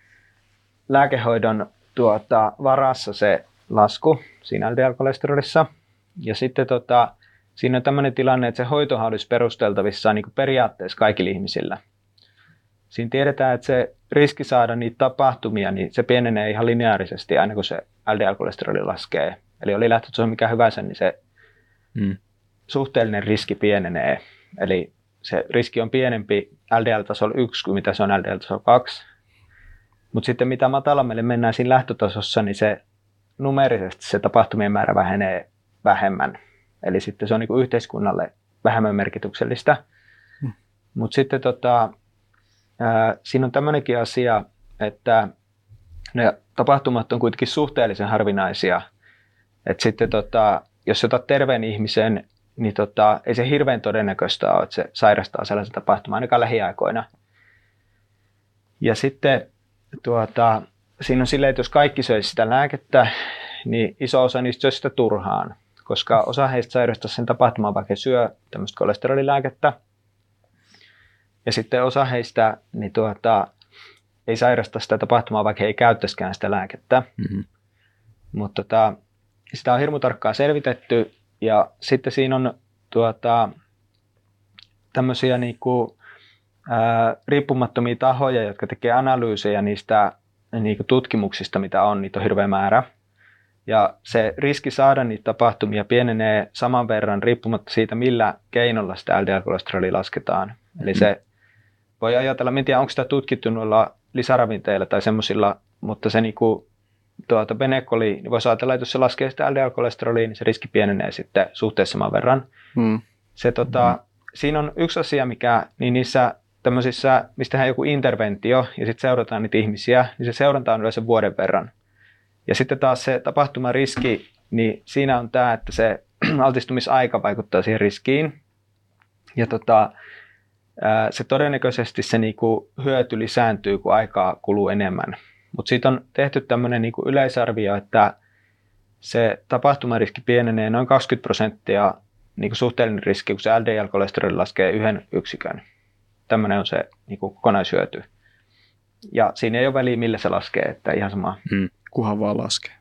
lääkehoidon tuota, varassa se lasku siinä L D L-kolesterolissa. Ja sitten tota, siinä on tämmöinen tilanne, että se hoitohan olisi perusteltavissa niin kuin periaatteessa kaikilla ihmisillä. Siinä tiedetään, että se riski saada niitä tapahtumia, niin se pienenee ihan lineaarisesti aina kun se L D L-kolesteroli laskee. Eli oli lähtötaso mikä hyvänsä, niin se hmm. suhteellinen riski pienenee. Eli se riski on pienempi L D L-tasolla yksi kuin mitä se on L D L-tasolla kaksi. Mutta sitten mitä matalammalle mennään siinä lähtötasossa, niin se numeerisesti se tapahtumien määrä vähenee vähemmän. Eli sitten se on niinku yhteiskunnalle vähemmän merkityksellistä. Hmm. Mutta sitten tota, ää, siinä on tämmöinenkin asia, että ne tapahtumat on kuitenkin suhteellisen harvinaisia. Että sitten tota, jos otat terveen ihmisen, niin tota, ei se hirveän todennäköistä ole, että se sairastaa sellaisen tapahtuman ainakaan lähiaikoina. Ja sitten tuota, siinä on silleen, että jos kaikki söisi sitä lääkettä, niin iso osa niistä söisi sitä turhaan. Koska osa heistä sairastaa sen tapahtumaan, vaikka syö tämmöistä kolesterolilääkettä. Ja sitten osa heistä niin tuota, ei sairasta sitä tapahtumaa, vaikka he ei käyttäisikään sitä lääkettä. Mm-hmm. Mutta tota, sitä on hirmu tarkkaan selvitetty. Ja sitten siinä on tuota, tämmöisiä niinku, ää, riippumattomia tahoja, jotka tekee analyysejä niistä niinku, tutkimuksista, mitä on. Niitä on hirveä määrä. Ja se riski saada niitä tapahtumia pienenee saman verran riippumatta siitä, millä keinolla sitä L D L-kolesterolia lasketaan. Mm-hmm. Eli se voi ajatella, en tiedä onko sitä tutkittu noilla lisäravinteilla tai semmoisilla, mutta se niinku, tuota, Benecoli, niin voisi ajatella, että jos se laskee sitä L D L-kolesterolia, niin se riski pienenee sitten suhteessa saman verran. Mm. Se, tota, mm-hmm. Siinä on yksi asia, mikä niin niissä tämmöisissä, mistä tehdään joku interventio ja sitten seurataan niitä ihmisiä, niin se seuranta on yleensä vuoden verran. Ja sitten taas se tapahtumariski, niin siinä on tämä, että se altistumisaika vaikuttaa siihen riskiin. Ja tota, se todennäköisesti se niinku hyöty lisääntyy, kun aikaa kuluu enemmän. Mutta siitä on tehty tämmöinen niinku yleisarvio, että se tapahtumariski pienenee noin kaksikymmentä prosenttia niinku suhteellinen riski, kun se L D L-kolesteroli laskee yhden yksikön. Tämmöinen on se niinku kokonaishyöty. Ja siinä ei ole väliä, millä se laskee, että ihan sama. Hmm. Kunhan vaan laskee.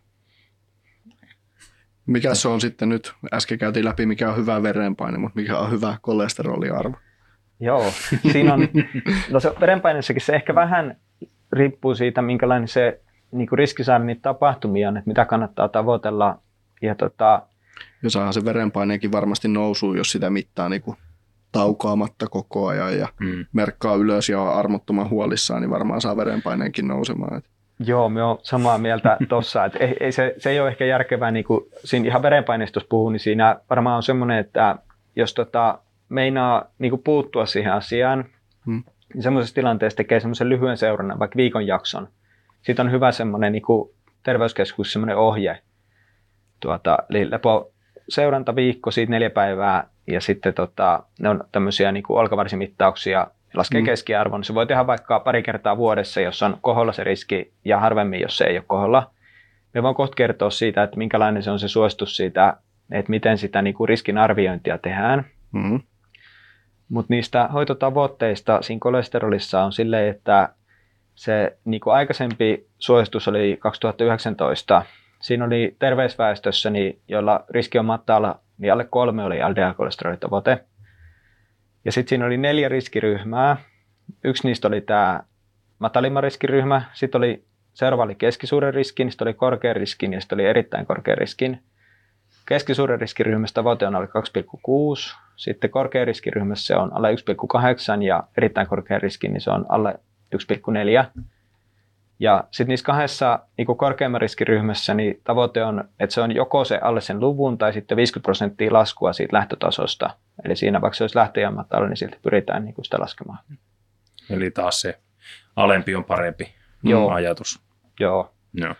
Mikä se on sitten nyt? Äsken käytiin läpi, mikä on hyvä verenpaine, mutta mikä on hyvä kolesteroliarvo? Joo, siinä on, no se verenpaineessakin se ehkä vähän riippuu siitä, minkälainen se niin kuin riski saada niitä tapahtumia on, että mitä kannattaa tavoitella. Ja tota, ja saahan se verenpaineekin varmasti nousuu, jos sitä mittaa niin kuin taukoamatta koko ajan ja mm. merkkaa ylös ja on armottoman huolissaan, niin varmaan saa verenpaineenkin nousemaan. Joo, me on samaa mieltä tuossa, että ei, ei se, se ei ole ehkä järkevää, niin kuin siinä ihan verenpaineesta jos puhuu, niin siinä varmaan on semmoinen, että jos tota, meinaa niin kuin puuttua siihen asiaan, hmm. niin semmoisessa tilanteessa tekee semmoisen lyhyen seurannan, vaikka viikon jakson. Sitten on hyvä semmoinen niin kuin terveyskeskus, semmoinen ohje, tuota, eli lepo seurantaviikko, siitä neljä päivää, ja sitten tota, ne on tämmöisiä niin kuin olkavarsimittauksia, laskee mm. keskiarvon. Se voi tehdä vaikka pari kertaa vuodessa, jos on koholla se riski, ja harvemmin, jos se ei ole koholla. Me voin kohta kertoa siitä, että minkälainen se on se suositus siitä, että miten sitä niin kuin riskin arviointia tehdään. Mm. Mutta niistä hoitotavoitteista siinä kolesterolissa on silleen, että se niin kuin aikaisempi suositus oli kaksituhattayhdeksäntoista. Siinä oli terveysväestössä, niin, jolla riski on matala, niin alle kolme oli L D L-kolesterolitavoite. Ja sitten siinä oli neljä riskiryhmää. Yksi niistä oli tämä matalimman riskiryhmä, sitten oli seuraava oli keskisuuren riskin, sitten oli korkean riskin ja sitten oli erittäin korkean riskin. Keskisuuren riskiryhmässä tavoite on alle kaksi pilkku kuusi, sitten korkean riskiryhmässä se on alle yksi pilkku kahdeksan ja erittäin korkean riskin niin se on alle yksi pilkku neljä. Ja sitten niissä kahdessa niin korkeamman riskiryhmässä niin tavoite on, että se on joko se alle sen luvun tai sitten viisikymmentä prosenttia laskua siitä lähtötasosta. Eli siinä vaikka se olisi lähtöjään matala, niin silti pyritään niin sitä laskemaan. Eli taas se alempi on parempi Joo. ajatus. Joo. Joo.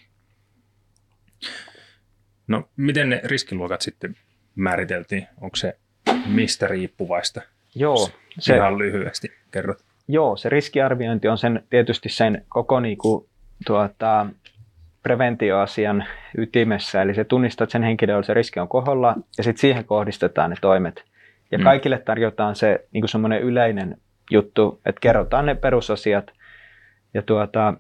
No, miten ne riskiluokat sitten määriteltiin? Onko se mistä riippuvaista? Joo. Se, ihan lyhyesti kerrot. Joo, se riskiarviointi on sen, tietysti sen koko niinku, tuota, preventioasian ytimessä. Eli se tunnistaa, että sen henkilöllä se riski on koholla ja sitten siihen kohdistetaan ne toimet. Ja mm. kaikille tarjotaan se niinku semmoinen yleinen juttu, että kerrotaan ne perusasiat. Ja tuota,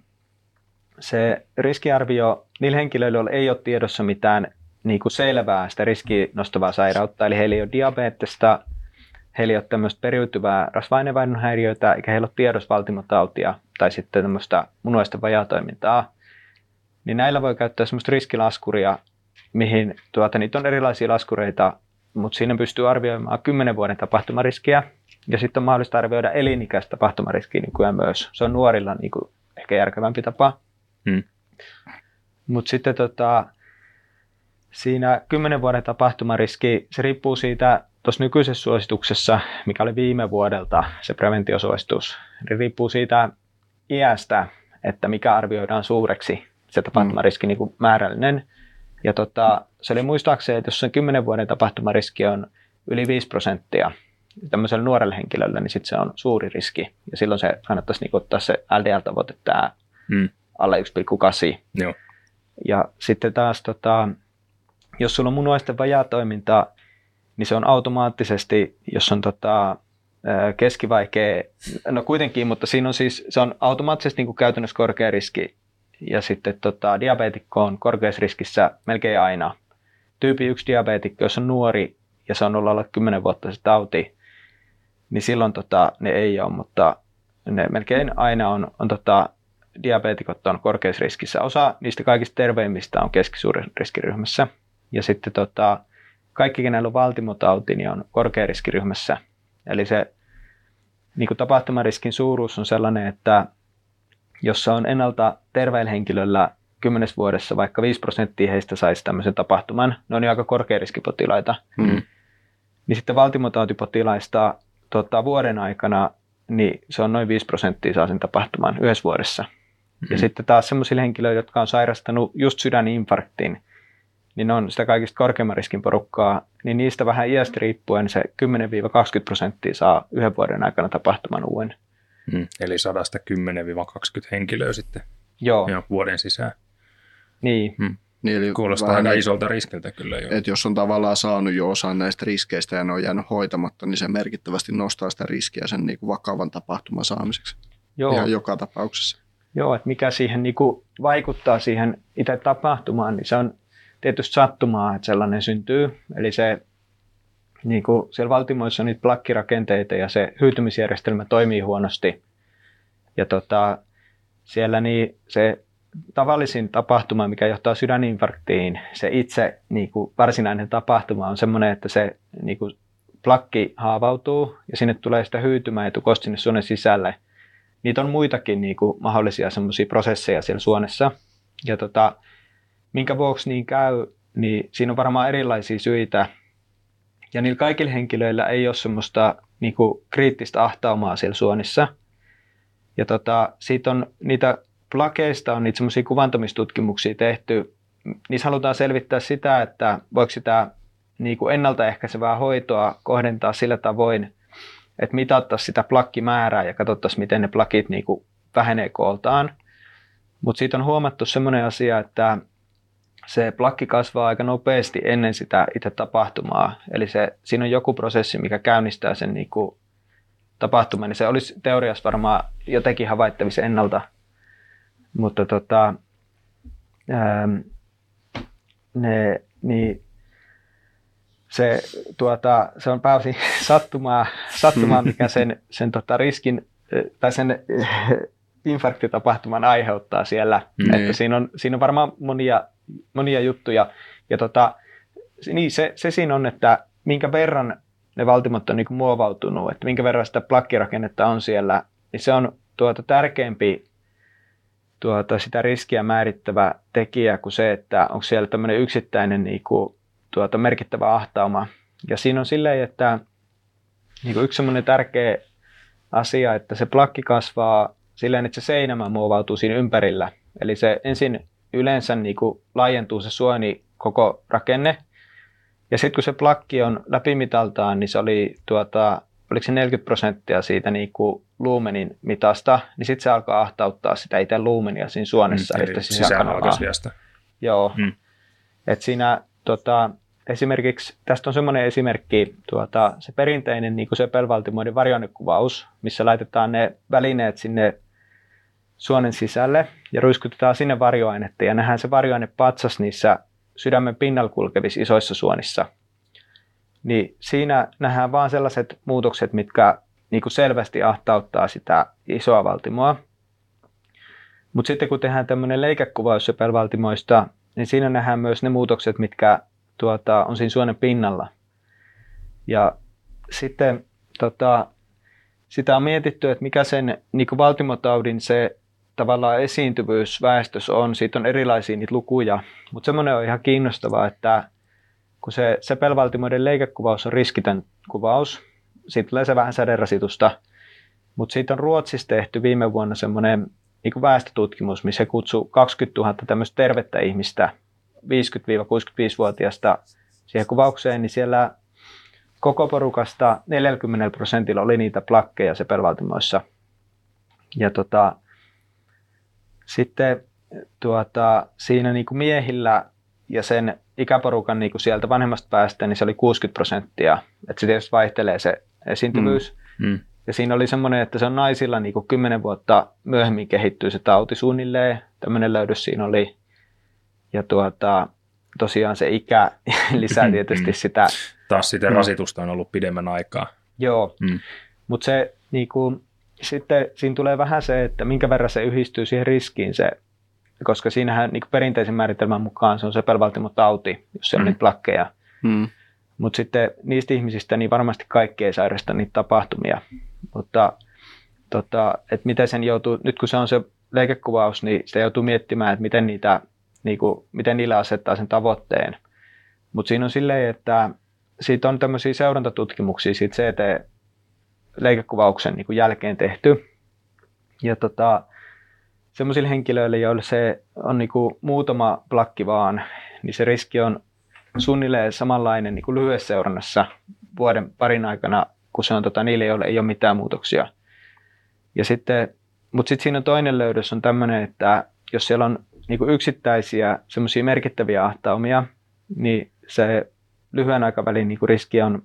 se riskiarvio niillä henkilöillä, joilla ei ole tiedossa mitään niin kuin selvää sitä riskiä nostavaa sairautta, eli heillä ei ole diabetesta, heillä ei ole tämmöistä periytyvää rasva-ainevaihdon häiriöitä, eikä heillä ole tiedossa valtimotautia tai sitten tämmöistä munuaisten vajaatoimintaa, niin näillä voi käyttää semmoista riskilaskuria, mihin tuota, niitä on erilaisia laskureita, mutta siinä pystyy arvioimaan kymmenen vuoden tapahtumariskiä, ja sitten on mahdollista arvioida elinikäistä tapahtumariskiä niin kuin myös. Se on nuorilla niin kuin ehkä järkevämpi tapa. Hmm. Mutta sitten tota, siinä kymmenen vuoden tapahtumariski, se riippuu siitä tuossa nykyisessä suosituksessa, mikä oli viime vuodelta se preventiosuositus, niin riippuu siitä iästä, että mikä arvioidaan suureksi se tapahtumariski niin kuin määrällinen. Ja tota, se oli muistaakseni, että jos sen kymmenen vuoden tapahtumariski on yli viisi prosenttia tämmöisellä nuorella henkilöllä, niin sitten se on suuri riski. Ja silloin se kannattaisi niin ottaa se L D L-tavoite, tämä hmm. alle yksi pilkku kahdeksan. Joo. Ja sitten taas, tota, jos sulla on munuaisten vajaatoiminta, niin se on automaattisesti, jos on tota, keskivaikea, no kuitenkin, mutta siinä on siis, se on automaattisesti niin kuin käytännössä korkea riski. Ja sitten tota, diabeetikko on korkeassa riskissä melkein aina. Tyyppi yksi diabeetikko, jos on nuori ja se on ollut alle kymmenen vuotta se tauti, niin silloin tota, ne ei ole, mutta ne melkein aina on, on tota, diabeetikot on korkeassa riskissä. Osa niistä kaikista terveimmistä on keskisuuren riskiryhmässä. Ja sitten tota, kaikki, kenellä on valtimotauti, niin on korkean riskiryhmässä. Eli se niin kuin tapahtumariskin suuruus on sellainen, että jos on ennalta terveellä henkilöllä kymmenessä vuodessa vaikka viisi prosenttia heistä saisi tämmöisen tapahtuman, ne on jo aika korkeariskipotilaita, mm. niin sitten valtimotautipotilaista tota, vuoden aikana niin se on noin viisi prosenttia saa sen tapahtuman yhdessä vuodessa. Mm. Ja sitten taas semmoisille henkilöille, jotka on sairastanut just sydäninfarktin, niin ne on sitä kaikista korkeamman riskin porukkaa, niin niistä vähän iästä riippuen se kymmenen kaksikymmentä prosenttia saa yhden vuoden aikana tapahtuman uuden. Mm. Eli sadasta kymmenen kaksikymmentä henkilöä sitten Joo. Ja vuoden sisään. Niin. Mm. Niin, eli kuulostaa aika isolta riskiltä kyllä jo. Että jos on tavallaan saanut jo osan näistä riskeistä ja ne on jäänyt hoitamatta, niin se merkittävästi nostaa sitä riskiä sen niin kuin vakavan tapahtuman saamiseksi. Joo. Ihan joka tapauksessa. Joo, että mikä siihen niin kuin vaikuttaa siihen itse tapahtumaan, niin se on tietysti sattumaa, että sellainen syntyy. Eli se, niin kuin siellä valtimoissa on niitä plakkirakenteita ja se hyytymisjärjestelmä toimii huonosti. Ja tota, siellä niin se tavallisin tapahtuma, mikä johtaa sydäninfarktiin, se itse niin kuin varsinainen tapahtuma on semmoinen, että se niin kuin plakki haavautuu ja sinne tulee sitä hyytymää etukosta sinne suonen sisälle. Niitä on muitakin niin kuin mahdollisia semmoisia prosesseja siellä suonessa. Ja tota, minkä vuoksi niin käy, niin siinä on varmaan erilaisia syitä. Ja niillä kaikilla henkilöillä ei ole semmoista niin kuin kriittistä ahtaumaa siellä suonissa. Ja tota, siitä on niitä plakeista on niitä semmoisia kuvantomistutkimuksia tehty. Niissä halutaan selvittää sitä, että voiko sitä niin kuin ennaltaehkäisevää hoitoa kohdentaa sillä tavoin, että mitattaisiin sitä plakkimäärää ja katsottaisiin, miten ne plakit niin kuin vähenee kooltaan. Mutta siitä on huomattu semmoinen asia, että se plakki kasvaa aika nopeasti ennen sitä itse tapahtumaa. Eli se, siinä on joku prosessi, mikä käynnistää sen niin kuin tapahtuman, niin se olisi teoriassa varmaan jotenkin havaittavissa ennalta. Mutta tota, ää, ne, niin se, tuota, se on pääosin sattumaa, sattumaa mikä sen, sen tota riskin tai sen infarktitapahtuman aiheuttaa siellä. Mm. Että siinä, on, siinä on varmaan monia, monia juttuja. Ja tota, niin se, se siinä on, että minkä verran ne valtimot on niin kuin muovautunut, että minkä verran sitä plakkirakennetta on siellä, niin se on tuota, tärkeämpi tuota, sitä riskiä määrittävä tekijä kuin se, että onko siellä tämmöinen yksittäinen niin kuin, tuota, merkittävä ahtauma. Ja siinä on silleen, että niin kuin yksi semmoinen tärkeä asia, että se plakki kasvaa silleen, että se seinämä muovautuu siinä ympärillä. Eli se ensin yleensä niin kuin laajentuu se suoni koko rakenne. Ja sitten kun se plakki on läpimitaltaan, niin se oli, tuota, oliko se neljäkymmentä prosenttia siitä niin kuin luumenin mitasta, niin sitten se alkaa ahtauttaa sitä itse luumenia siinä suonessa. Mm, eli sisäänhalkaisijasta. Joo. Mm. Et siinä tota, esimerkiksi, tästä on semmoinen esimerkki, tuota, se perinteinen niin kuin sepelvaltimoiden varjoainekuvaus, missä laitetaan ne välineet sinne suonen sisälle ja ruiskutetaan sinne varjoainetta ja nähdään se varjoainepatsas niissä sydämen pinnalla kulkevissa isoissa suonissa. Niin siinä nähdään vaan sellaiset muutokset, mitkä niin kuin selvästi ahtauttaa sitä isoa valtimoa. Mutta sitten kun tehdään tämmöinen leikekuvaus sepelvaltimoista, niin siinä nähdään myös ne muutokset, mitkä tuota, on siinä suonen pinnalla. Ja sitten tota, sitä on mietitty, että mikä sen niin kuin valtimotaudin se tavallaan esiintyvyys väestössä on. Siitä on erilaisia niitä lukuja, mutta semmoinen on ihan kiinnostavaa, että kun se sepelvaltimoiden leikekuvaus on riskitön kuvaus, siitä tulee se vähän säderasitusta, mutta siitä on Ruotsissa tehty viime vuonna semmoinen niin kuin väestötutkimus, missä kutsuu kaksikymmentätuhatta tämmöistä tervettä ihmistä, viisikymmentä-kuusikymmentäviisivuotiaista siihen kuvaukseen, niin siellä koko porukasta neljäkymmentä prosentilla oli niitä plakkeja sepelvaltimoissa. Ja tota, sitten tuota, siinä niin kuin miehillä ja sen ikäporukan niin kuin sieltä vanhemmasta päästä, niin se oli kuusikymmentä prosenttia. Että se tietysti vaihtelee se esiintyvyys. Mm. Mm. Ja siinä oli semmoinen, että se on naisilla niin kuin kymmenen vuotta myöhemmin kehittyy se tauti suunnilleen. Tämmöinen löydös siinä oli. Ja tuota, tosiaan se ikä lisää tietysti sitä. Taas sitä rasitusta on ollut pidemmän aikaa. Joo, mm. mutta se niin kuin, sitten siinä tulee vähän se, että minkä verran se yhdistyy siihen riskiin se, koska siinähän niin kuin perinteisen määritelmän mukaan se on sepelvaltimotauti, jos siellä on mm. niitä plakkeja. Mm. Mutta sitten niistä ihmisistä niin varmasti kaikki ei sairasta niitä tapahtumia. Mutta tota, että miten sen joutuu, nyt kun se on se leikekuvaus, niin sitä joutuu miettimään, että miten, niitä, niin kuin, miten niillä asettaa sen tavoitteen. Mutta siinä on silleen, että siitä on tämmöisiä seurantatutkimuksia siitä C T-leikekuvauksen niin kuin jälkeen tehty. Ja tota, semmoisille henkilöille, joille se on niin kuin muutama plakki vaan, niin se riski on suunnilleen samanlainen niin kuin lyhyessä seurannassa vuoden parin aikana, kun se on tota, niille, joille ei ole mitään muutoksia. Ja sitten, mutta sitten siinä on toinen löydös on tämmöinen, että jos siellä on niin kuin yksittäisiä semmoisia merkittäviä ahtaumia, niin se lyhyen aikavälin niin kuin riski on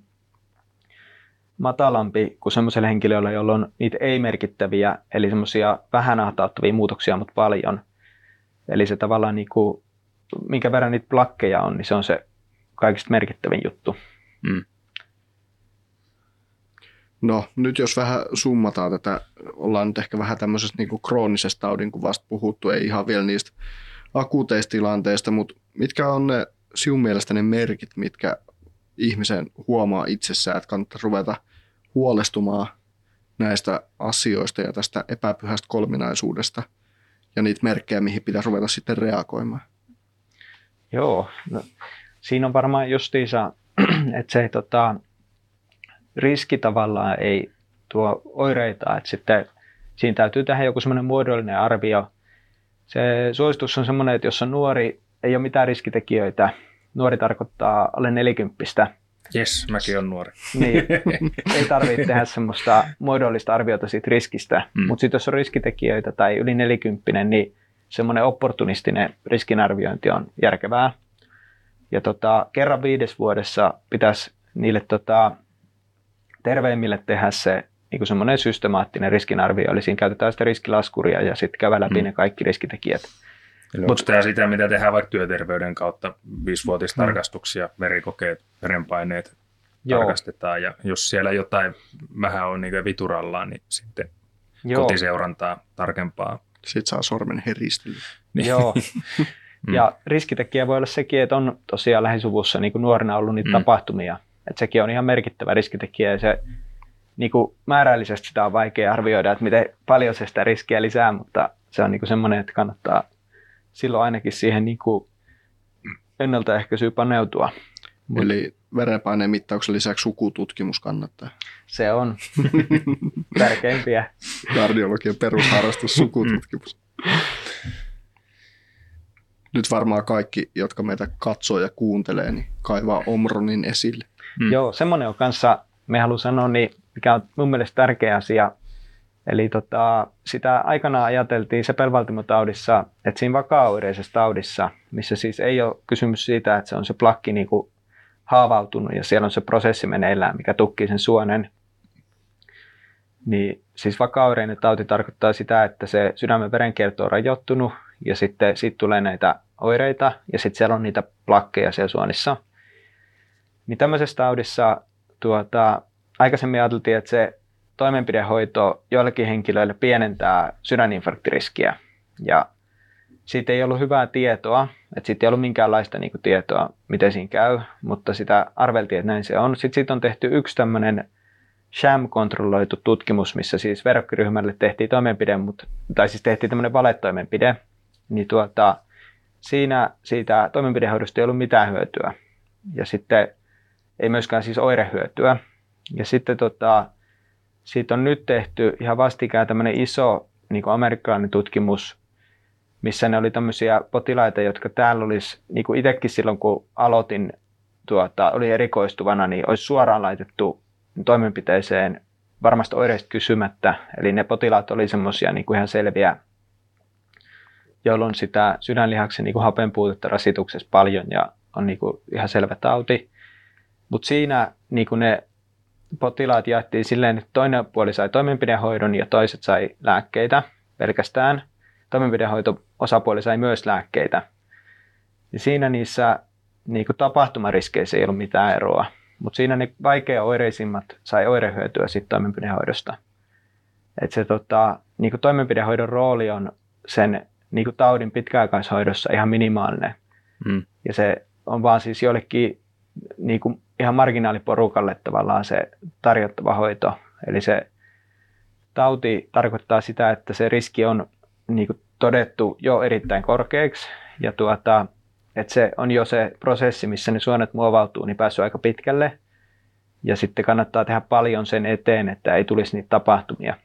matalampi kuin semmoiselle henkilölle, jolla on niitä ei-merkittäviä, eli semmoisia vähän ahtauttavia muutoksia, mutta paljon. Eli se tavallaan, niin kuin, minkä verran niitä plakkeja on, niin se on se kaikista merkittävin juttu. Mm. No nyt jos vähän summataan tätä, ollaan nyt ehkä vähän tämmöisestä niin kuin kroonisesta taudinkuvasta puhuttu, ei ihan vielä niistä akuuteista tilanteista, mutta mitkä on ne sinun mielestä ne merkit, mitkä ihmisen huomaa itsessään, että kannattaa ruveta huolestumaan näistä asioista ja tästä epäpyhästä kolminaisuudesta ja niitä merkkejä, mihin pitää ruveta sitten reagoimaan? Joo, no, siinä on varmaan justiinsa, että se tota, riski tavallaan ei tuo oireita, että sitten siinä täytyy tehdä joku semmoinen muodollinen arvio. Se suositus on semmoinen, että jos on nuori, ei ole mitään riskitekijöitä, nuori tarkoittaa alle nelikymppistä. Jes, mäkin olen nuori. Niin, ei tarvitse tehdä semmoista muodollista arviota siitä riskistä, Mm. mutta sitten jos on riskitekijöitä tai yli nelikymppinen, niin semmoinen opportunistinen riskinarviointi on järkevää. Ja tota, kerran viides vuodessa pitäisi niille tota, terveimmille tehdä se niin semmoinen systemaattinen riskinarvio, eli siinä käytetään sitä riskilaskuria ja sitten käydään läpi Mm. ne kaikki riskitekijät. Eli onko tämä sitä, mitä tehdään vaikka työterveyden kautta, viisivuotistarkastuksia, verikokeet, verenpaineet Joo. tarkastetaan, ja jos siellä jotain vähän on niin viturallaan, niin sitten Joo. kotiseurantaa tarkempaa. Sitten saa sormen heristelyä. Niin. Joo. Mm. Ja riskitekijä voi olla sekin, että on tosiaan lähisuvussa niin kuin nuorena ollut niitä Mm. tapahtumia. Että sekin on ihan merkittävä riskitekijä ja se niin kuin määrällisesti sitä on vaikea arvioida, että miten paljon se sitä riskiä lisää, mutta se on niin kuin semmoinen, että kannattaa silloin ainakin siihen niin kuin ennaltaehkäisyyn paneutua. Mut Eli verenpaineen mittauksen lisäksi sukututkimus kannattaa. se on tärkeimpiä. Kardiologian perusharrastus, sukututkimus. Nyt varmaan kaikki, jotka meitä katsoo ja kuuntelee, niin kaivaa Omronin esille. Mm. Joo, semmoinen on kanssa, me haluan sanoa, niin mikä on mun mielestä tärkeä asia. Eli tota, sitä aikanaan ajateltiin sepelvaltimotaudissa, että siinä vakaoireisessa taudissa, missä siis ei ole kysymys siitä, että se on se plakki niin kuin haavautunut ja siellä on se prosessi meneillään, mikä tukkii sen suonen, niin siis vakaoireinen tauti tarkoittaa sitä, että se sydämen verenkierto on rajoittunut ja sitten siitä tulee näitä oireita ja sitten siellä on niitä plakkeja siellä suonissa. Niin tämmöisessä taudissa tuota, aikaisemmin ajateltiin, että se toimenpidehoito joillekin henkilöille pienentää sydäninfarktiriskiä ja siitä ei ollut hyvää tietoa, että siitä ei ollut minkäänlaista niin kuin, tietoa, miten siinä käy, mutta sitä arveltiin, että näin se on. Sitten siitä on tehty yksi tämmöinen sham-kontrolloitu tutkimus, missä siis verrokkiryhmälle tehtiin toimenpide, mutta, tai siis tehtiin tämmöinen valetoimenpide, niin tuota, siinä siitä toimenpidehoidosta ei ollut mitään hyötyä ja sitten ei myöskään siis oirehyötyä. Ja sitten tota, siitä on nyt tehty ihan vastikään tämmöinen iso niin kuin amerikkalainen tutkimus, missä ne oli tämmöisiä potilaita, jotka täällä olisi, niin kuin itsekin silloin kun aloitin, tuota, oli erikoistuvana, niin olisi suoraan laitettu toimenpiteeseen varmasti oireista kysymättä. Eli ne potilaat oli semmoisia niin kuin ihan selviä, jolloin sitä sydänlihaksen niin kuin hapenpuutetta rasituksessa paljon ja on niin kuin ihan selvä tauti. Mutta siinä niin kuin ne potilaat jaettiin silleen, että toinen puoli sai toimenpidehoidon ja toiset sai lääkkeitä pelkästään. Toimenpidehoito osapuoli sai myös lääkkeitä. Ja siinä niissä niin kuin tapahtumariskeissä ei ollut mitään eroa, mutta siinä ne vaikeaoireisimmat sai oirehyötyä siitä toimenpidehoidosta. Et se tota, niin kuin toimenpidehoidon rooli on sen niin kuin taudin pitkäaikaishoidossa ihan minimaalinen. Mm. Ja se on vaan siis jollekin niin kuin ihan marginaaliporukalle tavallaan se tarjottava hoito. Eli se tauti tarkoittaa sitä, että se riski on niin kuin todettu jo erittäin korkeaksi ja tuota, että se on jo se prosessi, missä ne suonet muovautuu, niin päässyt aika pitkälle ja sitten kannattaa tehdä paljon sen eteen, että ei tulisi niitä tapahtumia.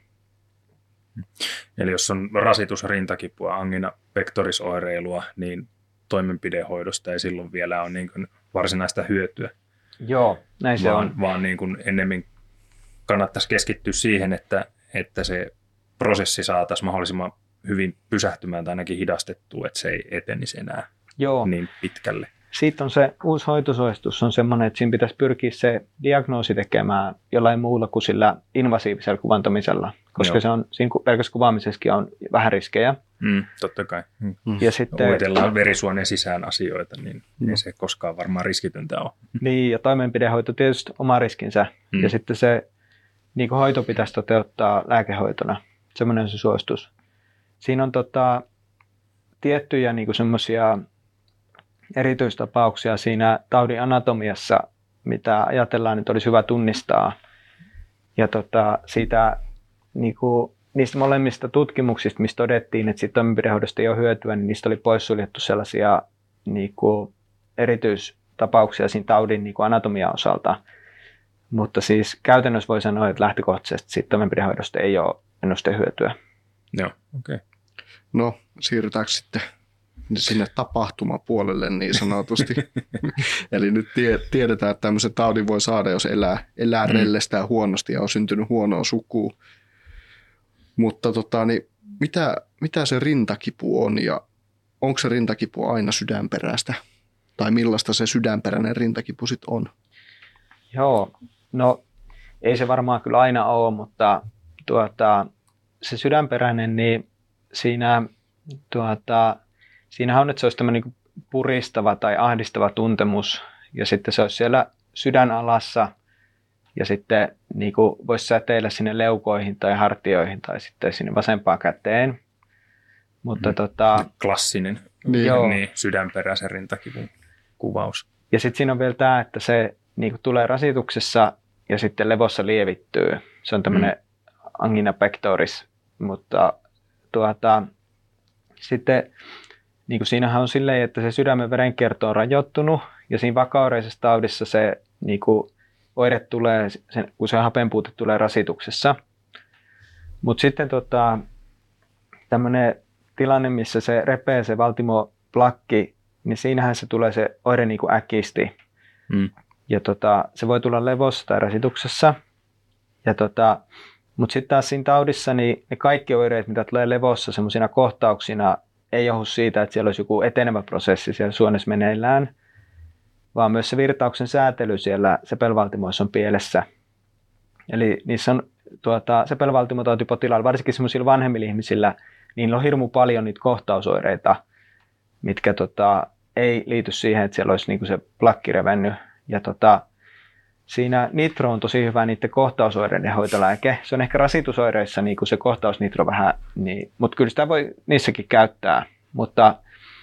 Eli jos on rasitus, rintakipua, angina, pectorisoireilua, niin toimenpidehoidosta ei silloin vielä ole niin kuin varsinaista hyötyä. Joo, näin se vaan, on. Vaan niin kuin ennemmin kannattaisi keskittyä siihen, että, että se prosessi saataisiin mahdollisimman hyvin pysähtymään tai ainakin hidastettua, että se ei etenisi enää Joo. niin pitkälle. Sitten on se uusi hoitosuositus on semmoinen, että siinä pitäisi pyrkiä se diagnoosi tekemään jollain muulla kuin sillä invasiivisella kuvantamisella, koska Joo. se on, siinä pelkässä kuvaamisessakin on vähän riskejä. Mm, totta kai. Mm. Ja sitten, Uitellaan verisuonen sisään asioita, niin Mm. ei se koskaan varmaan riskitöntä ole. niin, ja toimenpidehoito tietysti oma riskinsä. Mm. Ja sitten se niin kuin hoito pitäisi toteuttaa lääkehoitona. Semmoinen on se suositus. Siinä on tota, tiettyjä niin kuin semmoisia erityistapauksia siinä taudin anatomiassa, mitä ajatellaan, että olisi hyvä tunnistaa. Ja tota, siitä, niin kuin, niistä molemmista tutkimuksista, mistä todettiin, että siitä toimenpidehoidosta ei ole hyötyä, niin niistä oli poissuljettu sellaisia niin kuin, erityistapauksia siinä taudin niin kuin anatomian osalta. Mutta siis käytännössä voi sanoa, että lähtökohtaisesti siitä toimenpidehoidosta ei ole ennustehyötyä. Joo, okei. Okay. No, siirrytäänkö sitten sinne tapahtumapuolelle niin sanotusti. Eli nyt tie, tiedetään, että tämmöisen taudin voi saada, jos elää, elää mm. rellestään huonosti ja on syntynyt huonoa sukua. Mutta tota, niin mitä, mitä se rintakipu on ja onko se rintakipu aina sydänperäistä? Tai millaista se sydänperäinen rintakipu sitten on? Joo, no ei se varmaan kyllä aina ole, mutta tuota, se sydänperäinen, niin siinä, tuota, siinähän on, että se olisi tämmöinen niin puristava tai ahdistava tuntemus, ja sitten se olisi siellä sydänalassa, ja sitten niin kuin voisi säteillä sinne leukoihin tai hartioihin tai sitten sinne vasempaan käteen. Mutta mm. tota, klassinen niin, niin, sydänperäisen rintakivun kuvaus. Ja sitten siinä on vielä tämä, että se niin kuin tulee rasituksessa ja sitten levossa lievittyy. Se on tämmöinen mm. angina pectoris, mutta tuota, sitten niin kuin siinähän on silleen, että se sydämen verenkierto on rajoittunut ja siinä vakaoireisessa taudissa se niin kuin oire tulee, sen, kun se hapenpuute tulee rasituksessa. Mutta sitten tota, tämmöinen tilanne, missä se repee se valtimoplakki, niin siinähän se tulee se oire niin kuin äkisti. Mm. Ja tota, se voi tulla levossa tai rasituksessa. Ja tota, mutta sitten taas siinä taudissa, niin ne kaikki oireet, mitä tulee levossa semmoisina kohtauksina, ei johdu siitä, että siellä olisi joku etenevä prosessi siellä suonessa meneillään, vaan myös se virtauksen säätely siellä sepelvaltimoissa on pielessä. Eli niissä on tuota, sepelvaltimotautipotilailla, varsinkin semmoisilla vanhemmilla ihmisillä, niillä on hirmu paljon niitä kohtausoireita, mitkä tota, ei liity siihen, että siellä olisi niinku se plakki revennyt. Ja tota, siinä nitro on tosi hyvä niiden kohtausoireiden hoitolääke. Se on ehkä rasitusoireissa niin kuin se kohtausnitro vähän, niin, mutta kyllä sitä voi niissäkin käyttää. Mutta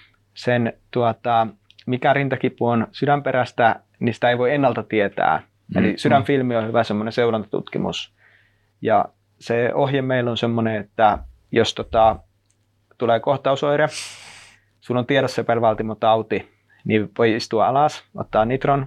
sen, tuota, mikä rintakipu on sydänperäistä, niin sitä ei voi ennalta tietää. Mm. Eli sydänfilmi on hyvä semmoinen seurantatutkimus. Ja se ohje meillä on semmoinen, että jos tota, tulee kohtausoire, sulla on tiedossa sepelvaltimotauti, niin voi istua alas, ottaa nitron.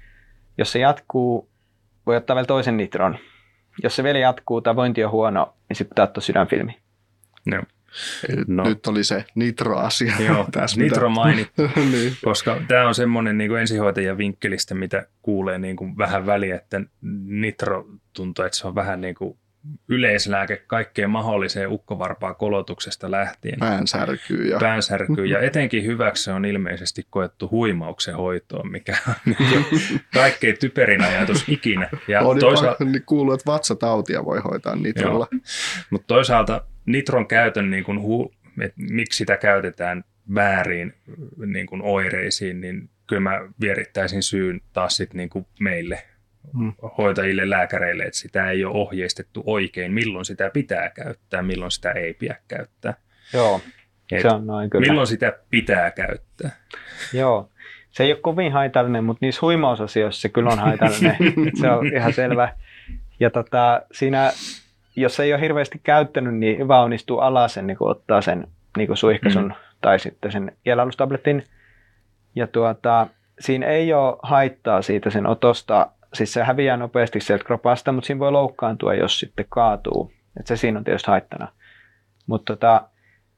Jos se jatkuu, voi ottaa vielä toisen nitron. Jos se vielä jatkuu tai vointi on huono, niin sitten pitää ottaa sydänfilmi. No. No. Nyt oli se nitro-asia. Joo, nitro mainittu, niin. Koska tämä on semmoinen niin kuin ensihoitajan vinkkelistä, mitä kuulee niin kuin vähän väliä, että nitro tuntuu, että se on vähän niin kuin yleislääke kaikkeen mahdolliseen ukkovarpaa kolotuksesta lähtien. Päänsärkyy. Ja, Päänsärkyy. Ja etenkin hyväksi se on ilmeisesti koettu huimauksen hoitoon, mikä on kaikkein typerin ajatus ikinä. Ja on toisaalta niin kuuluu, että vatsatautia voi hoitaa nitrolla. Mutta toisaalta nitron käytön, niin kun hu, että miksi sitä käytetään väärin niin kun oireisiin, niin kyllä mä vierittäisin syyn taas sit niin kun meille. Hmm. hoitajille, lääkäreille, että sitä ei ole ohjeistettu oikein, milloin sitä pitää käyttää, milloin sitä ei pidä käyttää. Joo, Et se on noin kyllä. Milloin sitä pitää käyttää. Joo, se ei ole kovin haitallinen, mutta niissä huimausasioissa se kyllä on haitallinen. Se on ihan selvä. Ja tota, siinä, jos ei ole hirveästi käyttänyt, niin hyvä on istua alas ennen kuin ottaa sen niin kuin suihkasun hmm. tai sitten sen kielalustabletin. Ja tuota, siinä ei ole haittaa siitä sen otosta. Siis se häviää nopeasti sieltä kropasta, mutta siinä voi loukkaantua, jos sitten kaatuu. Et se siinä on tietysti haittana. Mutta tota,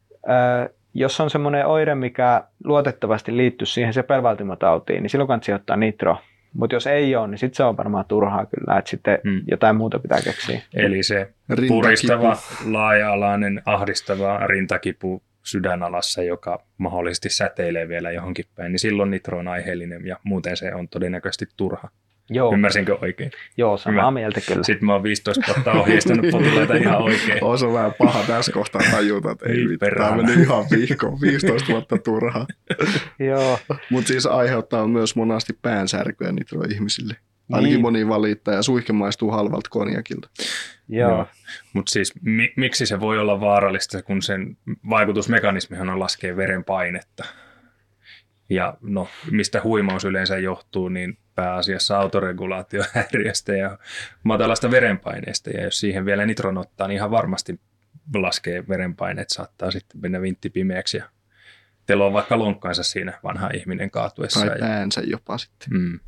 jos on semmoinen oire, mikä luotettavasti liittyy siihen sepelvaltimotautiin, niin silloin kannattaa ottaa nitro. Mutta jos ei ole, niin sitten se on varmaan turhaa kyllä, että sitten hmm. jotain muuta pitää keksiä. Eli se rintakipu. Puristava, laaja-alainen, ahdistava rintakipu sydänalassa, joka mahdollisesti säteilee vielä johonkin päin, niin silloin nitro on aiheellinen ja muuten se on todennäköisesti turha. Joo. Ymmärsinkö oikein? Joo, samaa Hyvä. Mieltä kyllä. Sitten mä oon viisitoista vuotta ohjeistanut potilaita ihan oikein. On se vähän paha tässä kohtaa tajuta, että ei vittu, tämä meni ihan vihkoon, viisitoista vuotta turhaa. Joo. Mutta siis aiheuttaa myös monasti päänsärkyä nitro ihmisille. Ainakin niin. Moni valittaa ja suihke maistuu halvalta konjakilta. Joo. Joo. Mutta siis mi- miksi se voi olla vaarallista, kun sen vaikutusmekanismihan on laskee verenpainetta. Ja no, mistä huimaus yleensä johtuu, niin pääasiassa autoregulaatiohäiriöstä ja matalasta verenpaineesta. Ja jos siihen vielä nitron ottaa, niin ihan varmasti laskee verenpaineet, saattaa sitten mennä vintti pimeäksi ja teloa vaikka lonkkaansa siinä vanha ihminen kaatuessa. Tai päänsä jopa sitten. Mm.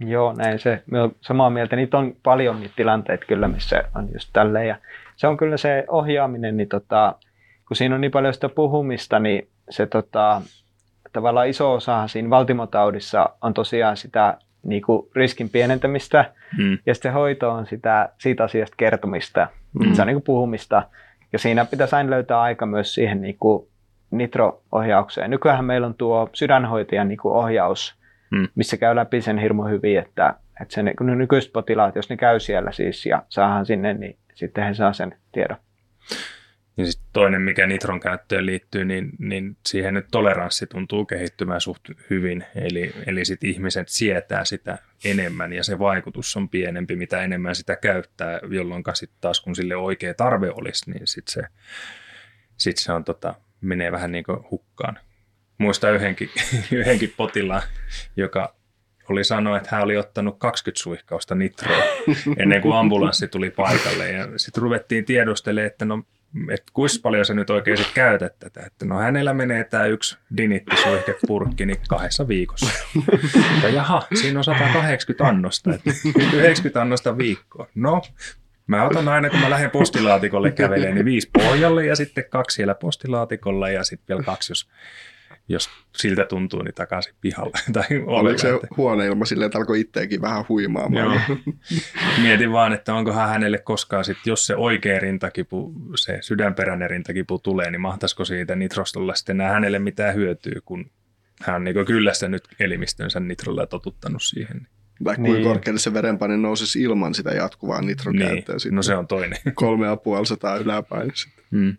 Joo, näin se. Mä oon samaa mieltä. Niitä on paljon niitä tilanteita kyllä, missä on just tälleen. Ja se on kyllä se ohjaaminen, niin tota, kun siinä on niin paljon sitä puhumista, niin se tota, tavallaan iso osa siinä valtimotaudissa on tosiaan sitä niin kuin riskin pienentämistä, mm. ja sitten hoito on sitä, siitä asiasta kertomista. Mm. Se on niin kuin puhumista. Ja siinä pitäisi aina löytää aika myös siihen niin kuin nitro-ohjaukseen. Nykyään meillä on tuo sydänhoitajan niin kuin ohjaus, mm. missä käy läpi sen hirmu hyvin, että, että sen, kun nykyiset potilaat, jos ne käy siellä siis ja saadaan sinne, niin sitten he saa sen tiedon. Ja sitten toinen, mikä nitron käyttöön liittyy, niin, niin siihen nyt toleranssi tuntuu kehittymään suht hyvin. Eli, eli sitten ihmiset sietää sitä enemmän ja se vaikutus on pienempi, mitä enemmän sitä käyttää, jolloin sitten taas kun sille oikea tarve olisi, niin sitten se, sit se on, tota, menee vähän niin kuin hukkaan. Muistan yhdenkin, yhdenkin potilaan, joka oli sanonut, että hän oli ottanut kaksikymmentä suihkausta nitroa ennen kuin ambulanssi tuli paikalle. Ja sitten ruvettiin tiedustelemaan, että no, että kuinka paljon sä nyt oikein sit käytät tätä. Että no hänellä menee tämä yksi dinittisuihkepurkki niin kahdessa viikossa. Ja jaha, siinä on sata kahdeksankymmentä annosta, että yhdeksänkymmentä annosta viikkoon. No, mä otan aina, kun mä lähden postilaatikolle kävelemään, niin viisi pohjalle ja sitten kaksi siellä postilaatikolla ja sitten vielä kaksi, jos, jos siltä tuntuu, niin takaisin pihalle. Tai oliko se huoneilma silleen, että alkoi itseäkin vähän huimaamaan? Joo. Mietin vaan, että onkohan hänelle koskaan sitten, jos se oikea rintakipu, se sydänperäinen rintakipu tulee, niin mahtaisiko siitä nitrostolla sitten enää hänelle mitään hyötyä, kun hän on niin kyllässä nyt elimistönsä nitrolla ja totuttanut siihen. Vai kuinka niin korkealle se verenpaine nousisi ilman sitä jatkuvaa nitrokäyttöä? Niin, no se on toinen. Kolme ja puoli sataa yläpäin. Mm.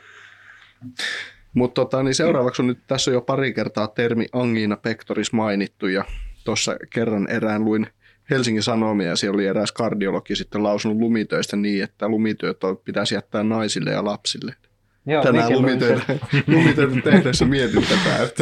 Mutta tota, niin seuraavaksi on nyt, tässä on jo pari kertaa termi angina pectoris mainittu ja tuossa kerran erään luin Helsingin Sanomia ja siellä oli eräs kardiologi sitten lausunut lumitöistä niin, että lumityöt pitäisi jättää naisille ja lapsille. Joo, tänään lumitöitä, lumitöitä tehdessä mietin tätä. Että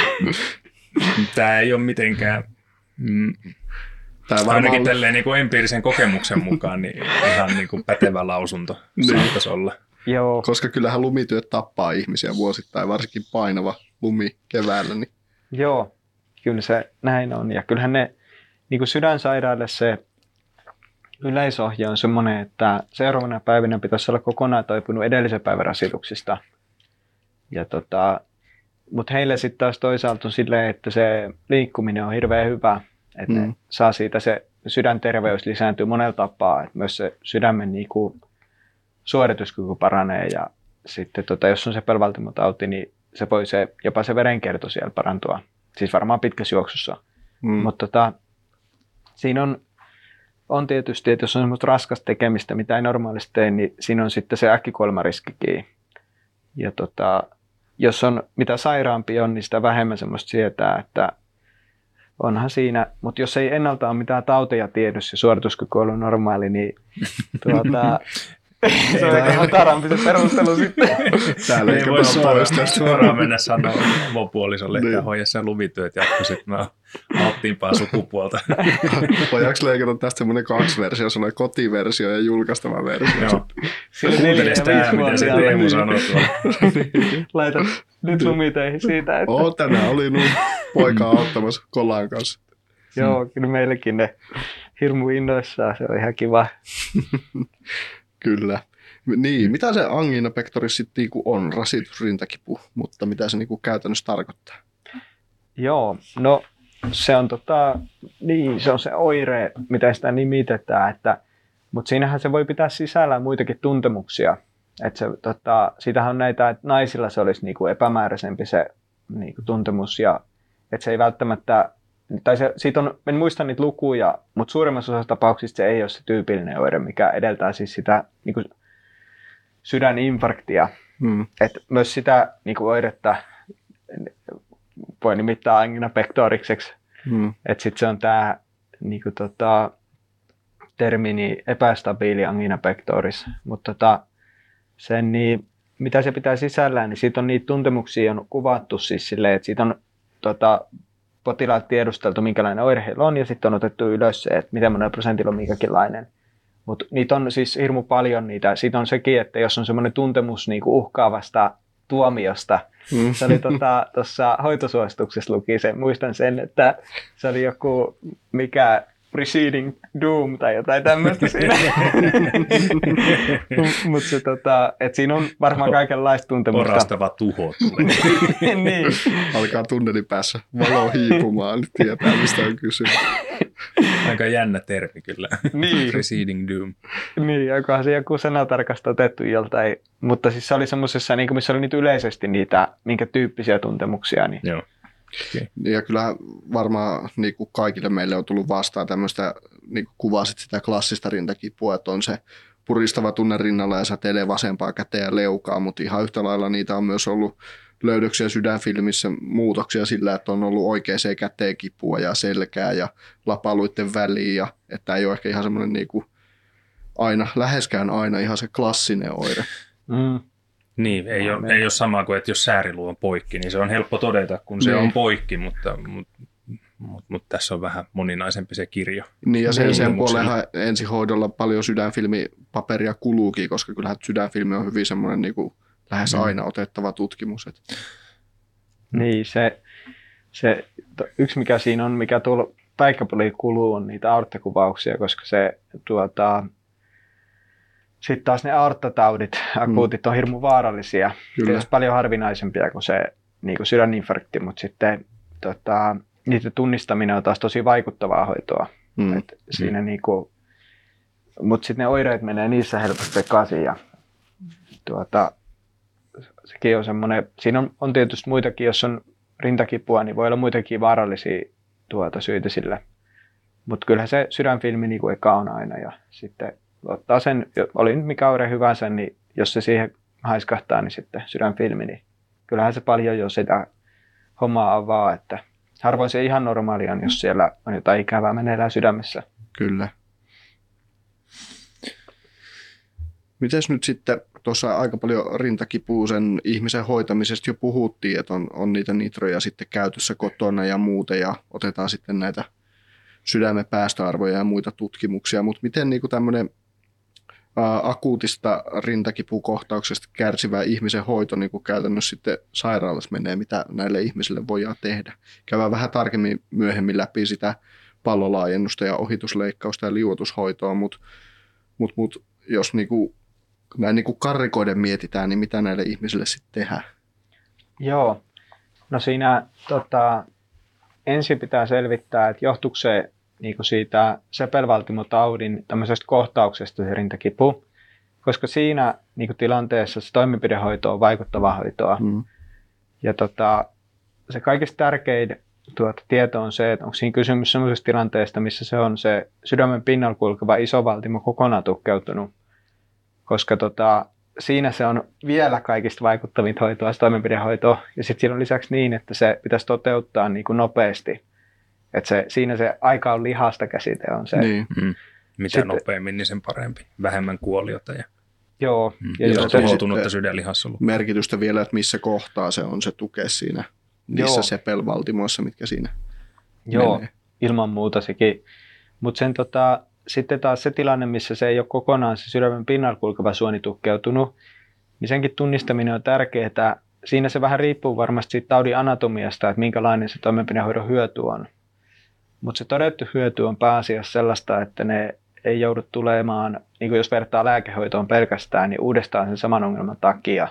tämä ei ole mitenkään, mm, ainakin tälleen niin kuin empiirisen kokemuksen mukaan, niin ihan niin kuin pätevä lausunto saattaisi olla. Joo. Koska kyllähän lumityöt tappaa ihmisiä vuosittain, varsinkin painava lumi keväällä. Niin. Joo, kyllä se näin on. Ja kyllähän ne niin kuin sydänsairaille se yleisohje on semmoinen, että seuraavana päivinä pitäisi olla kokonaan toipunut edellisen päivän rasituksista. Ja tota, mutta heille sitten taas toisaalta on silleen, että se liikkuminen on hirveän hyvä. Että mm. ne saa siitä se sydänterveys lisääntyy monella tapaa. Että myös se sydämen niin kuin suorituskyky paranee ja sitten tota, jos on sepelvaltimotauti, niin se voi se, jopa se verenkierto siellä parantua. Siis varmaan pitkässä juoksussa. Mm. Mutta tota, siinä on, on tietysti, että jos on semmoista raskasta tekemistä, mitä ei normaalisti tee, niin siinä on sitten se äkkikuolemariskikin. Ja tota, jos on mitä sairaampi on, niin sitä vähemmän semmoista sietää, että onhan siinä. Mutta jos ei ennalta ole mitään tauteja tiedossa ja suorituskyky on normaali, niin tuota, se on ihan hatarampi se perustelu sitten. Täällä ei voi suoraan, suoraan mennä sanoa avopuolisolle, että hoida sen lumityöt jatkoisit. Mä alttiimpaa sukupuolta. Voidaanko leikata tästä semmoinen kaksi versio, semmoinen kotiversio ja julkaistava versio? Joo. Kuuntelis tää, mitä se Teemu sanoo tuolla. Laita nyt lumiteihin siitä. Että Oo, tänään oli nuo poikaa auttamassa Kolan kanssa. Joo, kyllä meillekin ne hirmu innoissaan. Se on ihan kiva. Kyllä. Niin, mitä se angina pectoris sitten niinku on? Rasitusrintakipu, mutta mitä se niinku käytännössä tarkoittaa? Joo, no se on, tota, niin, se on se oire, mitä sitä nimitetään, että, mutta siinähän se voi pitää sisällään muitakin tuntemuksia. Että se, tota, siitähän on näitä, että naisilla se olisi niinku epämääräisempi se niinku tuntemus ja että se ei välttämättä, tai se, siitä on, en muista niitä lukuja, mutta suurimmassa osassa tapauksista se ei ole se tyypillinen oire, mikä edeltää siis sitä niin kuin sydäninfarktia. Mm. Et myös sitä niin kuin oiretta voi nimittää angina pectorikseksi. Mm. Että sitten se on tämä niin kuin tota, termi niin epästabiili angina pectoris. Mutta tota, sen niin, mitä se pitää sisällään, niin siitä on niitä tuntemuksia on kuvattu siis silleen, että siitä on tota, potilaat tiedusteltu, minkälainen oire heillä on, ja sitten on otettu ylös se, että miten monen prosentilla on minkäkinlainen. Mutta niitä on siis hirmu paljon niitä. Siitä on sekin, että jos on semmoinen tuntemus niin kuin uhkaavasta tuomiosta. Mm. Se oli tuossa tota, hoitosuosituksessa luki sen, muistan sen, että se oli joku mikä preceding doom tai jotain tämmöistä siinä. Mutta se tota, että siinä on varmaan kaikenlaista tuntemusta. Orastava tuho tulee. Niin. Alkaa tunnelin päässä valo hiipumaan, niin tietää mistä on kysymys. Aika jännä termi kyllä. Niin. Preceding doom. Niin, onkohan se joku sanatarkasta otettu joltain. Mutta siis se oli semmoisessa, niin missä oli niitä yleisesti niitä, minkä tyyppisiä tuntemuksia. Niin. Joo. Okay. Ja kyllä varmaan niin kuin kaikille meille on tullut vastaan tämmöistä, niin kuin kuvasit sitä klassista rintakipua, että on se puristava tunne rinnalla ja säteilee vasempaa käteen ja leukaa, mutta ihan yhtä lailla niitä on myös ollut löydöksiä sydänfilmissä, muutoksia sillä, että on ollut oikeaan käteen kipua ja selkää ja lapaluiden väliin, ja että ei ole ehkä ihan semmoinen niin kuin aina, läheskään aina ihan se klassinen oire. Mm. Niin, ei ole, ei ole sama kuin, että jos sääriluu on poikki, niin se on helppo todeta, kun se niin on poikki, mutta, mutta, mutta, mutta tässä on vähän moninaisempi se kirjo. Niin, ja sen, niin, sen puolella ensihoidolla paljon sydänfilmipaperia kuluukin, koska kyllähän sydänfilmi on hyvin semmoinen niin kuin lähes mm. aina otettava tutkimus. Että. Niin, se, se yksi mikä siinä on, mikä tuolla päikkäpuolella kuluu, on niitä aorttakuvauksia, koska se tuota, sitten taas ne aorttataudit, akuutit, on hirmu vaarallisia. Kyllä. Se paljon harvinaisempia kuin se niin kuin sydäninfarkti, mutta sitten tota, niiden tunnistaminen on taas tosi vaikuttavaa hoitoa. Mm. Et siinä mm. niinku, mutta sitten ne oireet menee niissä helposti sekaisin. Ja, tuota, sekin on semmoinen, siinä on, on tietysti muitakin, jos on rintakipua, niin voi olla muitakin vaarallisia tuota, syitä sille. Mutta kyllähän se sydänfilmi niinku eka on aina. Ja sitten ottaa sen, oli nyt mikä oire hyvänsä, niin jos se siihen haiskahtaa, niin sitten sydänfilmi, niin kyllähän se paljon jo sitä hommaa avaa, että harvoin se ihan normaalia on, jos siellä on jotain ikävää meneillään sydämessä. Kyllä. Mites nyt sitten, tuossa aika paljon rintakipua sen ihmisen hoitamisesta jo puhuttiin, että on, on niitä nitroja sitten käytössä kotona ja muuta, ja otetaan sitten näitä sydämen päästöarvoja ja muita tutkimuksia, mutta miten niin kuin tämmöinen ä, akuutista rintakipukohtauksesta kärsivä ihmisen hoito niin kuin käytännössä sitten sairaalassa menee, mitä näille ihmisille voidaan tehdä. Käydään vähän tarkemmin myöhemmin läpi sitä pallolaajennusta ja ohitusleikkausta ja liuotushoitoa, mutta mut, mut, jos niin kuin, näin niin kuin karrikoiden mietitään, niin mitä näille ihmisille sitten tehdään? Joo, no siinä tota, ensin pitää selvittää, että johtuuko se niin kuin siitä sepelvaltimotaudin tämmöisestä kohtauksesta se rintakipu, koska siinä niin kuin tilanteessa se toimenpidehoito on vaikuttavaa hoitoa. Mm. Ja tota, se kaikista tärkein tuota, tieto on se, että onko siinä kysymys sellaisesta tilanteesta, missä se on se sydämen pinnalla kulkeva isovaltimo kokonaan tukkeutunut, koska tota, siinä se on vielä kaikista vaikuttavinta hoitoa, se toimenpidehoitoa. Ja sitten siinä on lisäksi niin, että se pitäisi toteuttaa niin kuin nopeasti. Että se, siinä se aika on lihasta käsite on se. Niin. Mm. Mitä sitten, nopeammin, niin sen parempi. Vähemmän kuoliota ja, joo, mm. ja, ja tuhoutunutta sydänlihassolua. Merkitystä vielä, että missä kohtaa se on se tuke siinä, niissä sepelvaltimoissa, mitkä siinä joo, menee. Ilman muuta sekin. Mutta sen tota, sitten taas se tilanne, missä se ei ole kokonaan se sydämen pinnalla kulkeva suoni tukkeutunut, niin senkin tunnistaminen on tärkeää. Siinä se vähän riippuu varmasti siitä taudin anatomiasta, että minkälainen se toimenpidehoidon hyöty on. Mutta se todettu hyöty on pääasiassa sellaista, että ne ei joudu tulemaan, niin kuin jos vertaa lääkehoitoon pelkästään, niin uudestaan sen saman ongelman takia.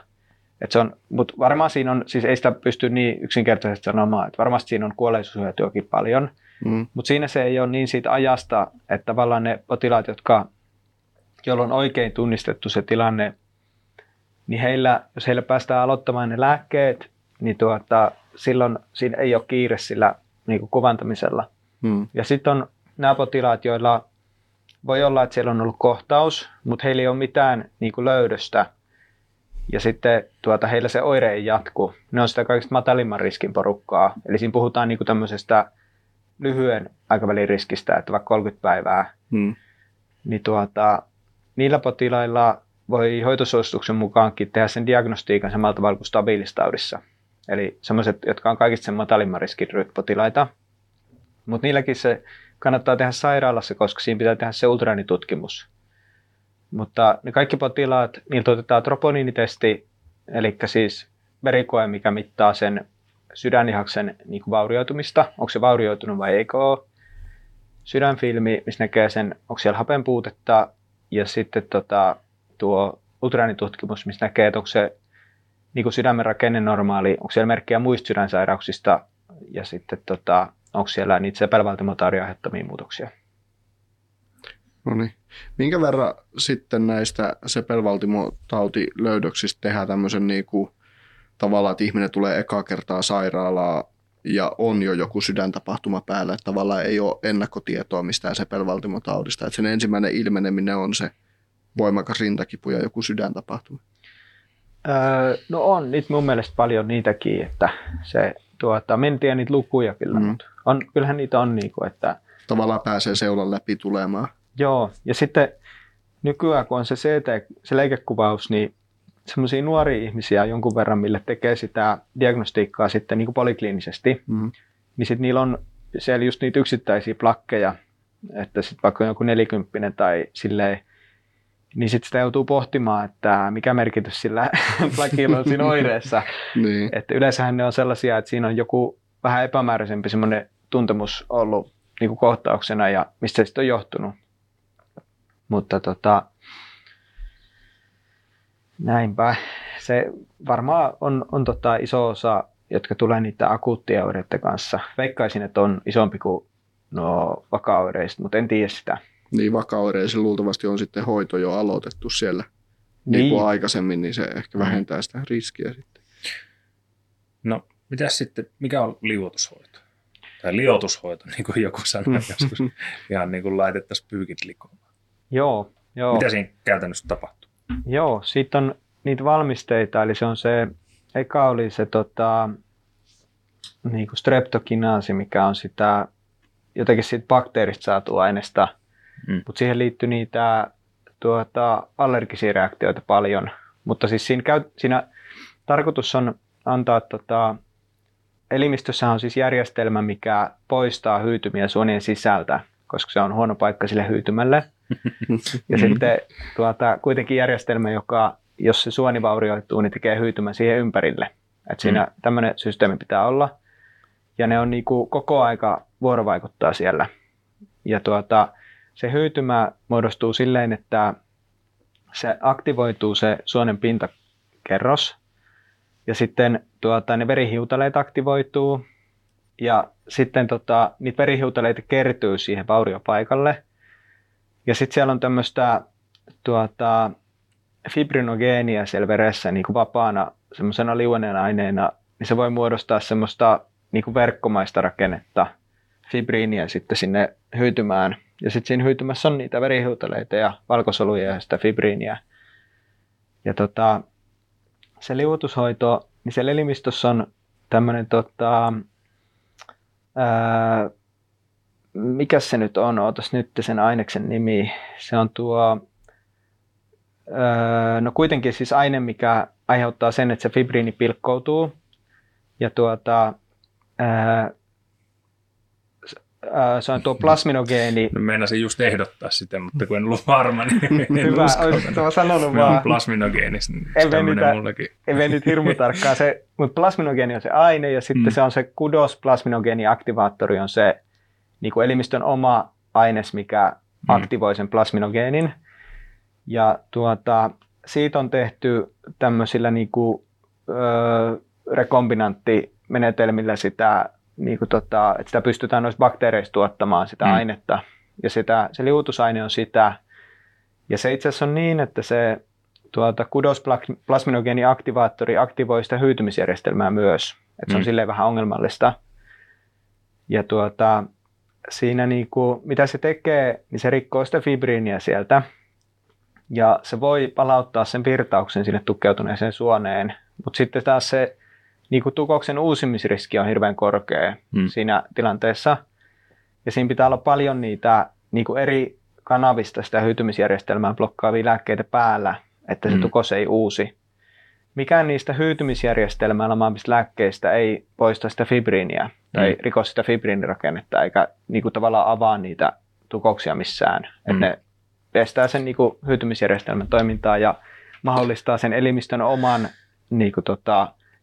Mutta varmaan siinä on, siis ei sitä pysty niin yksinkertaisesti sanomaan, että varmasti siinä on kuolleisuushyötyäkin paljon. Mm. Mutta siinä se ei ole niin siitä ajasta, että tavallaan ne potilaat, jotka, joilla on oikein tunnistettu se tilanne, niin heillä, jos heillä päästään aloittamaan ne lääkkeet, niin tuota, silloin siinä ei ole kiire sillä niin kuin kuvantamisella. Hmm. Ja sitten on nämä potilaat, joilla voi olla, että siellä on ollut kohtaus, mutta heillä ei ole mitään niin kuin löydöstä. Ja sitten tuota, heillä se oire ei jatku. Ne on sitä kaikista matalimman riskin porukkaa. Eli siinä puhutaan niin kuin tämmöisestä lyhyen aikavälin riskistä, että vaikka kolmekymmentä päivää. Hmm. Niin tuota, niillä potilailla voi hoitosuosituksen mukaankin tehdä sen diagnostiikan samalla tavalla kuin stabiilistaudissa. Eli sellaiset, jotka on kaikista sen matalimman riskin potilaita. Mutta niilläkin se kannattaa tehdä sairaalassa, koska siinä pitää tehdä se ultraäänitutkimus. Mutta ne kaikki potilaat, niiltä otetaan troponiinitesti, eli siis verikoe, mikä mittaa sen sydänlihaksen niin kuin vaurioitumista, onko se vaurioitunut vai eikö ole. Sydänfilmi, missä näkee sen, onko siellä hapen puutetta, ja sitten tota, tuo ultraäänitutkimus, missä näkee, että onko se niin kuin sydämen rakenne normaali, onko siellä merkkejä muista sydänsairauksista, ja sitten tota, onko siellä niitä sepelvaltimotaurin aiheuttamia muutoksia. No niin. Minkä verran sitten näistä sepelvaltimotautilöydöksistä tehdään tämmöisen niin kuin, tavallaan, että ihminen tulee ekaa kertaa sairaalaa ja on jo joku sydäntapahtuma päällä, että tavallaan ei ole ennakkotietoa mistään sepelvaltimotaudista, että sen ensimmäinen ilmeneminen on se voimakas rintakipu ja joku sydäntapahtuma. Öö, no on niitä mun mielestä paljon niitäkin, että se, tuota, mä en tiedä niitä lukuja kyllä, mm. mutta on, kyllähän niitä on niin kuin, että tavallaan pääsee seulan läpi tulemaan. Joo, ja sitten nykyään kun on se C T, se leikekuvaus, niin semmoisia nuoria ihmisiä jonkun verran, mille tekee sitä diagnostiikkaa sitten niin kuin polikliinisesti, mm. niin sitten niillä on siellä just niitä yksittäisiä plakkeja, että sitten vaikka on joku nelikymppinen tai silleen, niin sitten sitä joutuu pohtimaan, että mikä merkitys sillä plakilla on siinä oireessa. Niin. Että yleensähän ne on sellaisia, että siinä on joku vähän epämääräisempi semmoinen tuntemus ollut niin kuin kohtauksena ja mistä se sitten on johtunut. Mutta tota, näinpä. Se varmaan on, on tota iso osa, jotka tulee niitä akuuttia oireiden kanssa. Veikkaisin, että on isompi kuin no vaka-oireista, mutta en tiedä sitä. Niin, vaka-oireissa luultavasti on sitten hoito jo aloitettu siellä niin, niin kuin aikaisemmin, niin se ehkä vähentää sitä riskiä sitten. No, mitäs sitten, mikä on liuotushoito? Tai liotushoito, niin kuin joku sanoi joskus. Ihan niin kuin laitettaisiin pyykit likoamaan. Joo, joo. Mitä siinä käytännössä tapahtuu? Joo, siitä on niitä valmisteita, eli se on se, eka oli se tota, niin kuin streptokinaasi, mikä on sitä, jotenkin siitä bakteerista saatu aineesta, mm. mutta siihen liittyy niitä tuota, allergisia reaktioita paljon, mutta siis siinä, käy, siinä tarkoitus on antaa, tota, elimistössä on siis järjestelmä, mikä poistaa hyytymiä suonien sisältä, koska se on huono paikka sille hyytymälle. Ja sitten tuota, kuitenkin järjestelmä, joka, jos se suoni vaurioituu, niin tekee hyytymän siihen ympärille. Et siinä mm. tämmöinen systeemi pitää olla. Ja ne on niinku koko aika vuorovaikuttaa siellä. Ja tuota, se hyytymä muodostuu silleen, että se aktivoituu se suonen pintakerros. Ja sitten tuota, ne verihiutaleet aktivoituu. Ja sitten tota, niitä verihiutaleita kertyy siihen vauriopaikalle. Ja sitten siellä on tämmöistä tuota, fibrinogeenia siellä veressä niin kuin vapaana semmoisena liuenneen aineena, niin se voi muodostaa semmoista niin kuin verkkomaista rakennetta, fibriiniä sitten sinne hyytymään. Ja sitten siinä hyytymässä on niitä verihiutaleita ja valkosoluja ja sitä fibriiniä. Ja tota, se liuotushoito, niin siellä elimistössä on tämmöinen, tota, ää, mikä se nyt on, ootas nyt sen aineksen nimi, se on tuo, ää, no kuitenkin siis aine, mikä aiheuttaa sen, että se fibriini pilkkoutuu. Ja tuota, ää, se on tuo plasminogeeni. No meinasin just ehdottaa sitä, mutta kun en ollut varma, niin en hyvä, olisit sanonut me vaan. on plasminogeenis, niin tämmöinen mullakin. En mene nyt hirmu tarkkaan, se, mutta plasminogeeni on se aine ja sitten mm. se on se kudos-plasminogeeniaktivaattori on se niin kuin elimistön oma aines, mikä mm. aktivoi sen plasminogeenin. Ja tuota, siitä on tehty tämmöisillä niin kuin, ö, rekombinanttimenetelmillä sitä, niin kuin tota, että sitä pystytään noista bakteereista tuottamaan sitä mm. ainetta. Ja sitä, se liuutusaine on sitä. Ja se itse asiassa on niin, että se tuota, kudos-plasminogeeniaktivaattori aktivoi sitä hyytymisjärjestelmää myös. Että se on mm. silleen vähän ongelmallista. Ja tuota, siinä niin kuin, mitä se tekee, niin se rikkoo sitä fibriiniä sieltä. Ja se voi palauttaa sen virtauksen sinne tukkeutuneeseen suoneen. Mutta sitten taas se niin kuin tukoksen uusimisriski on hirveän korkea mm. siinä tilanteessa. Ja siinä pitää olla paljon niitä niin kuin eri kanavista sitä hyytymisjärjestelmää blokkaavia lääkkeitä päällä, että se mm. tukos ei uusi. Mikään niistä hyytymisjärjestelmää lamaavista lääkkeistä ei poista sitä fibriiniä tai mm. riko sitä fibriinirakennetta eikä niin kuin tavallaan avaa niitä tukoksia missään. Mm. Että ne estää sen niin kuin hyytymisjärjestelmän toimintaa ja mahdollistaa sen elimistön oman niin kuin, tota,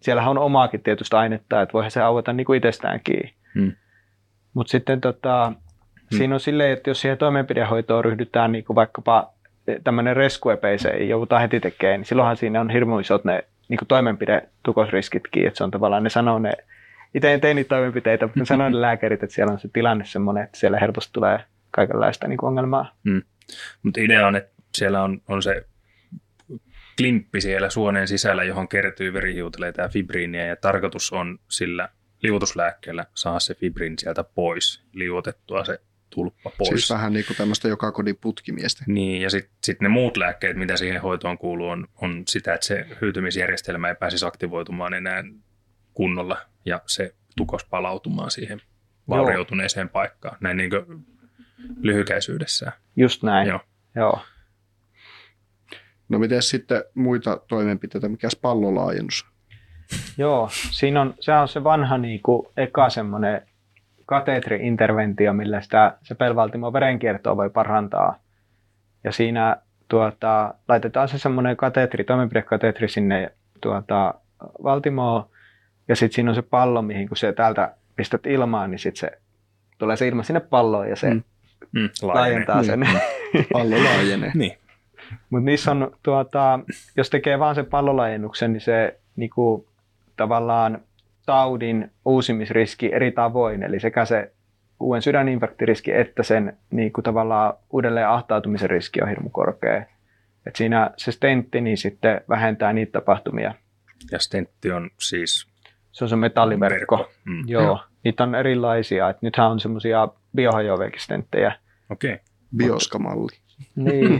siellähän on omaakin tietystä ainetta, että voihan se aueta niin kuin itsestäänkin. Hmm. Mutta sitten tota, hmm. siinä on silleen, että jos siihen toimenpidehoitoon ryhdytään niin kuin vaikkapa tämmöinen rescue-base ei joudutaan heti tekemään, niin silloinhan siinä on hirmu isot ne niin kuin toimenpidetukosriskitkin, että se on tavallaan, ne sanoo ne, itse en tee niitä toimenpiteitä, mutta ne sanoo ne lääkärit, että siellä on se tilanne semmoinen, että siellä helposti tulee kaikenlaista niin kuin ongelmaa. Hmm. Mutta idea on, että siellä on, on se klimppi siellä suoneen sisällä, johon kertyy verihiutaleita ja fibriiniä, ja tarkoitus on sillä liuotuslääkkeellä saada se fibriini sieltä pois, liuotettua se tulppa pois. Siis vähän niin kuin tämmöistä joka kodin putkimiestä. Niin, ja sitten sit ne muut lääkkeet, mitä siihen hoitoon kuuluu, on, on sitä, että se hyytymisjärjestelmä ei pääsisi aktivoitumaan enää kunnolla, ja se tukos palautumaan siihen vaurioituneeseen paikkaan, näin niin kuin lyhykäisyydessään. Just näin, joo. Joo. No miten sitten muita toimenpiteitä, mikäs pallolaajennus? Joo, siinä on, se on se vanha niin kuin eka semmoinen kateetri-interventio, millä sitä sepelvaltimon verenkiertoa voi parantaa. Ja siinä tuota, laitetaan se semmoinen kateetri, toimenpidekateetri sinne tuota, valtimoon, ja sitten siinä on se pallo, mihin kun se täältä pistät ilmaan, niin sitten se tulee se ilma sinne palloon ja se mm. Mm, laajentaa sen. Niin. Pallo laajenee. Niin. Mutta niissä on, tuota, jos tekee vaan sen pallolaajennuksen, niin se niinku, tavallaan taudin uusimisriski eri tavoin, eli sekä se uuden sydäninfarktiriski että sen niinku, tavallaan uudelleen ahtautumisen riski on hirmu korkea. Et siinä se stentti niin sitten vähentää niitä tapahtumia. Ja stentti on siis? Se on se metalliverkko. Mm. Joo, niitä on erilaisia. Et nythän on semmoisia biohajoaviakin stenttejä. Okei. Okay. Bioskamalli. Niin,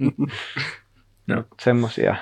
no. Semmoisia.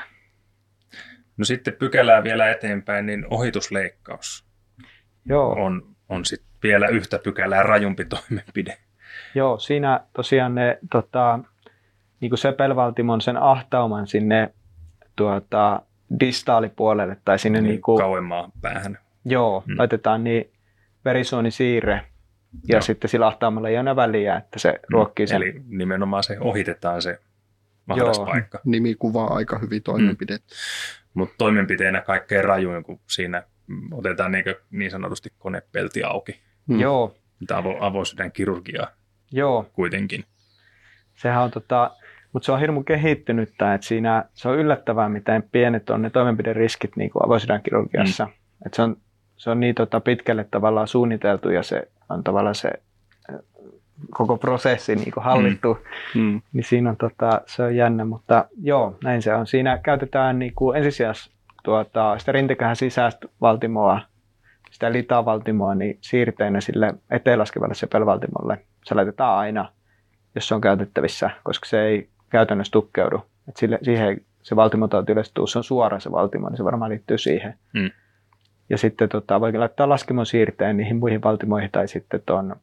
No sitten pykälää vielä eteenpäin, niin ohitusleikkaus Joo. on, on sitten vielä yhtä pykälää rajumpi toimenpide. Joo, siinä tosiaan ne tota, niin sepelvaltimon sen ahtauman sinne tuota, distaalipuolelle tai sinne niin, niin kuin, kauemmaa päähän. Joo, hmm. laitetaan niin verisuonisiirre ja joo. sitten sillä ahtaamalla ei ole väliä, että se ruokkii sen. Eli nimenomaan se ohitetaan se mahdollispaikka. Nimi kuvaa aika hyvin toimenpiteet. Hmm. Mutta toimenpiteenä kaikkein rajuin, kun siinä otetaan niin, niin sanotusti konepelti auki. Hmm. Joo. Tämä avo, avosydänkirurgiaa joo. kuitenkin. Sehän on tota, mutta se on hirmu kehittynyttä, että siinä se on yllättävää, miten pienet on ne toimenpideriskit niin kuin avosydänkirurgiassa. Mm. Et se on, se on niin tota, pitkälle tavallaan suunniteltu ja se on tavallaan se koko prosessi niin kuin hallittu. Mm. Niin siinä on, tota, se on jännä, mutta joo, näin se on. Siinä käytetään niin kuin ensisijaisesti tuota, sitä rintakehän sisäistä valtimoa, sitä litavaltimoa, niin siirteenä sille eteenlaskevalle sepelvaltimolle. Se laitetaan aina, jos se on käytettävissä, koska se ei käytännössä tukkeudu. Et sille, siihen se valtimotauti yleistuu, se on suora se valtimo, niin se varmaan liittyy siihen. Mm. Ja sitten tota, voikin laittaa laskemosiirteen niihin muihin valtimoihin tai sitten tuon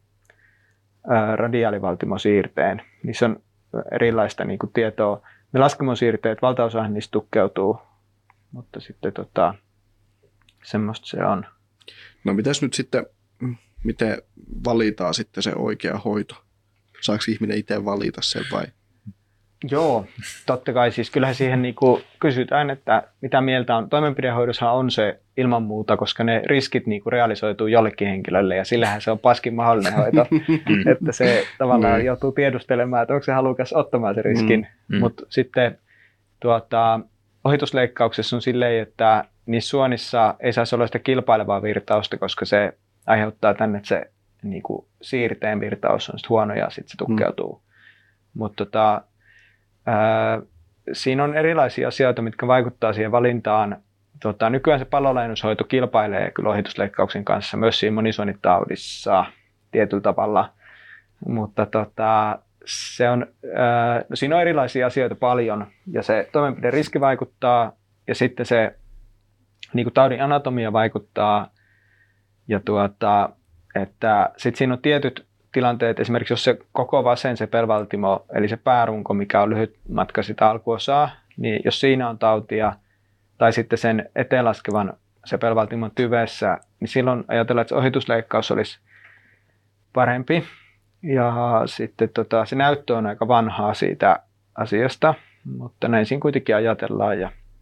radiaalivaltimosiirteen. Niissä on erilaista niin kuin tietoa. Ne laskemosiirteet, valtaosahan niistä tukkeutuu, mutta sitten tota, semmoista se on. No mitäs nyt sitten, miten valitaan sitten se oikea hoito? Saako ihminen itse valita sen vai? Joo, totta kai. Siis kyllähän siihen niin kuin kysytään, että mitä mieltä on. Toimenpidehoidossa on se ilman muuta, koska ne riskit niin kuin realisoituu jollekin henkilölle ja sillähän se on paskin mahdollinen hoito. Että se tavallaan joutuu tiedustelemaan, että onko se halukas ottamaan se riskin. Mm. Mm. Mutta sitten tuota, ohitusleikkauksessa on silleen, että niissä suonissa ei saisi olla sitä kilpailevaa virtausta, koska se aiheuttaa tänne, että se niin kuin siirteen virtaus on huono ja sitten se tukkeutuu. Mm. Mutta tota, ää, siinä on erilaisia asioita, mitkä vaikuttaa siihen valintaan. Tota, nykyään se pallolaajennushoito kilpailee kyllä ohitusleikkauksen kanssa myös siinä monisuonitaudissa tietyllä tavalla. Mutta tota, se on, ää, no siinä on erilaisia asioita paljon ja se toimenpide riski vaikuttaa ja sitten se niin kuin taudin anatomia vaikuttaa ja tuota, että sitten siinä on tietyt tilanteet, esimerkiksi jos se koko vasen sepelvaltimo, eli se päärunko, mikä on lyhyt matka sitä alkuosaa, niin jos siinä on tautia, tai sitten sen eteenlaskevan sepelvaltimon tyvessä, niin silloin ajatellaan, että se ohitusleikkaus olisi parempi. Ja sitten tota, se näyttö on aika vanhaa siitä asiasta, mutta näin siinä kuitenkin ajatellaan. Ja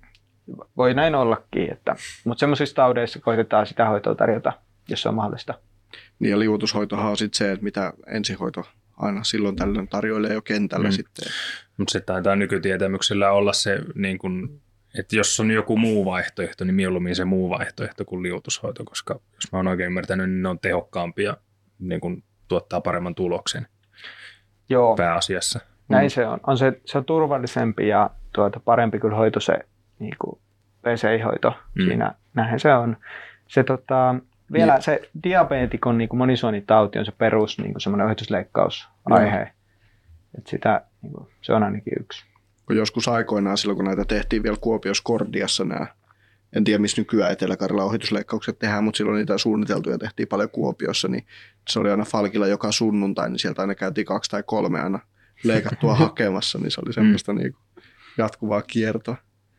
voi näin ollakin, että, mutta semmoisissa taudeissa koitetaan sitä hoitoa tarjota, jos se on mahdollista. Niin ja liuotushoitohan on sitten se, että mitä ensihoito aina silloin tällöin tarjoilee jo kentällä mm. sitten. Mutta se taitaa nykytietämyksellä olla se, niin kun, että jos on joku muu vaihtoehto, niin mieluummin se muu vaihtoehto kuin liuotushoito, koska jos mä oon oikein ymmärtänyt, niin ne on tehokkaampia, niin kun tuottaa paremman tuloksen Joo. pääasiassa. Näin mm. se on. on se, se on turvallisempi ja tuota, parempi kyllä hoito se niin kuin P C I-hoito mm. siinä. Näin se on. Se, tota, vielä niin. Se diabeetikon niin kuin monisuonitauti on se perus niin kuin semmoinen ohituslaikkausaihe. Mm. Et sitä, niin kuin, se on ainakin yksi. Kun joskus aikoinaan silloin, kun näitä tehtiin vielä Kuopiossa Kordiassa nämä, en tiedä missä nykyään Etelä-Karjalan ohitusleikkaukset tehdään, mutta silloin niitä suunniteltuja tehtiin paljon Kuopiossa, niin se oli aina Falkilla joka sunnuntai, niin sieltä aina käytiin kaksi tai kolme aina leikattua hakemassa, niin se oli semmoista mm. niin kuin jatkuvaa kiertoa.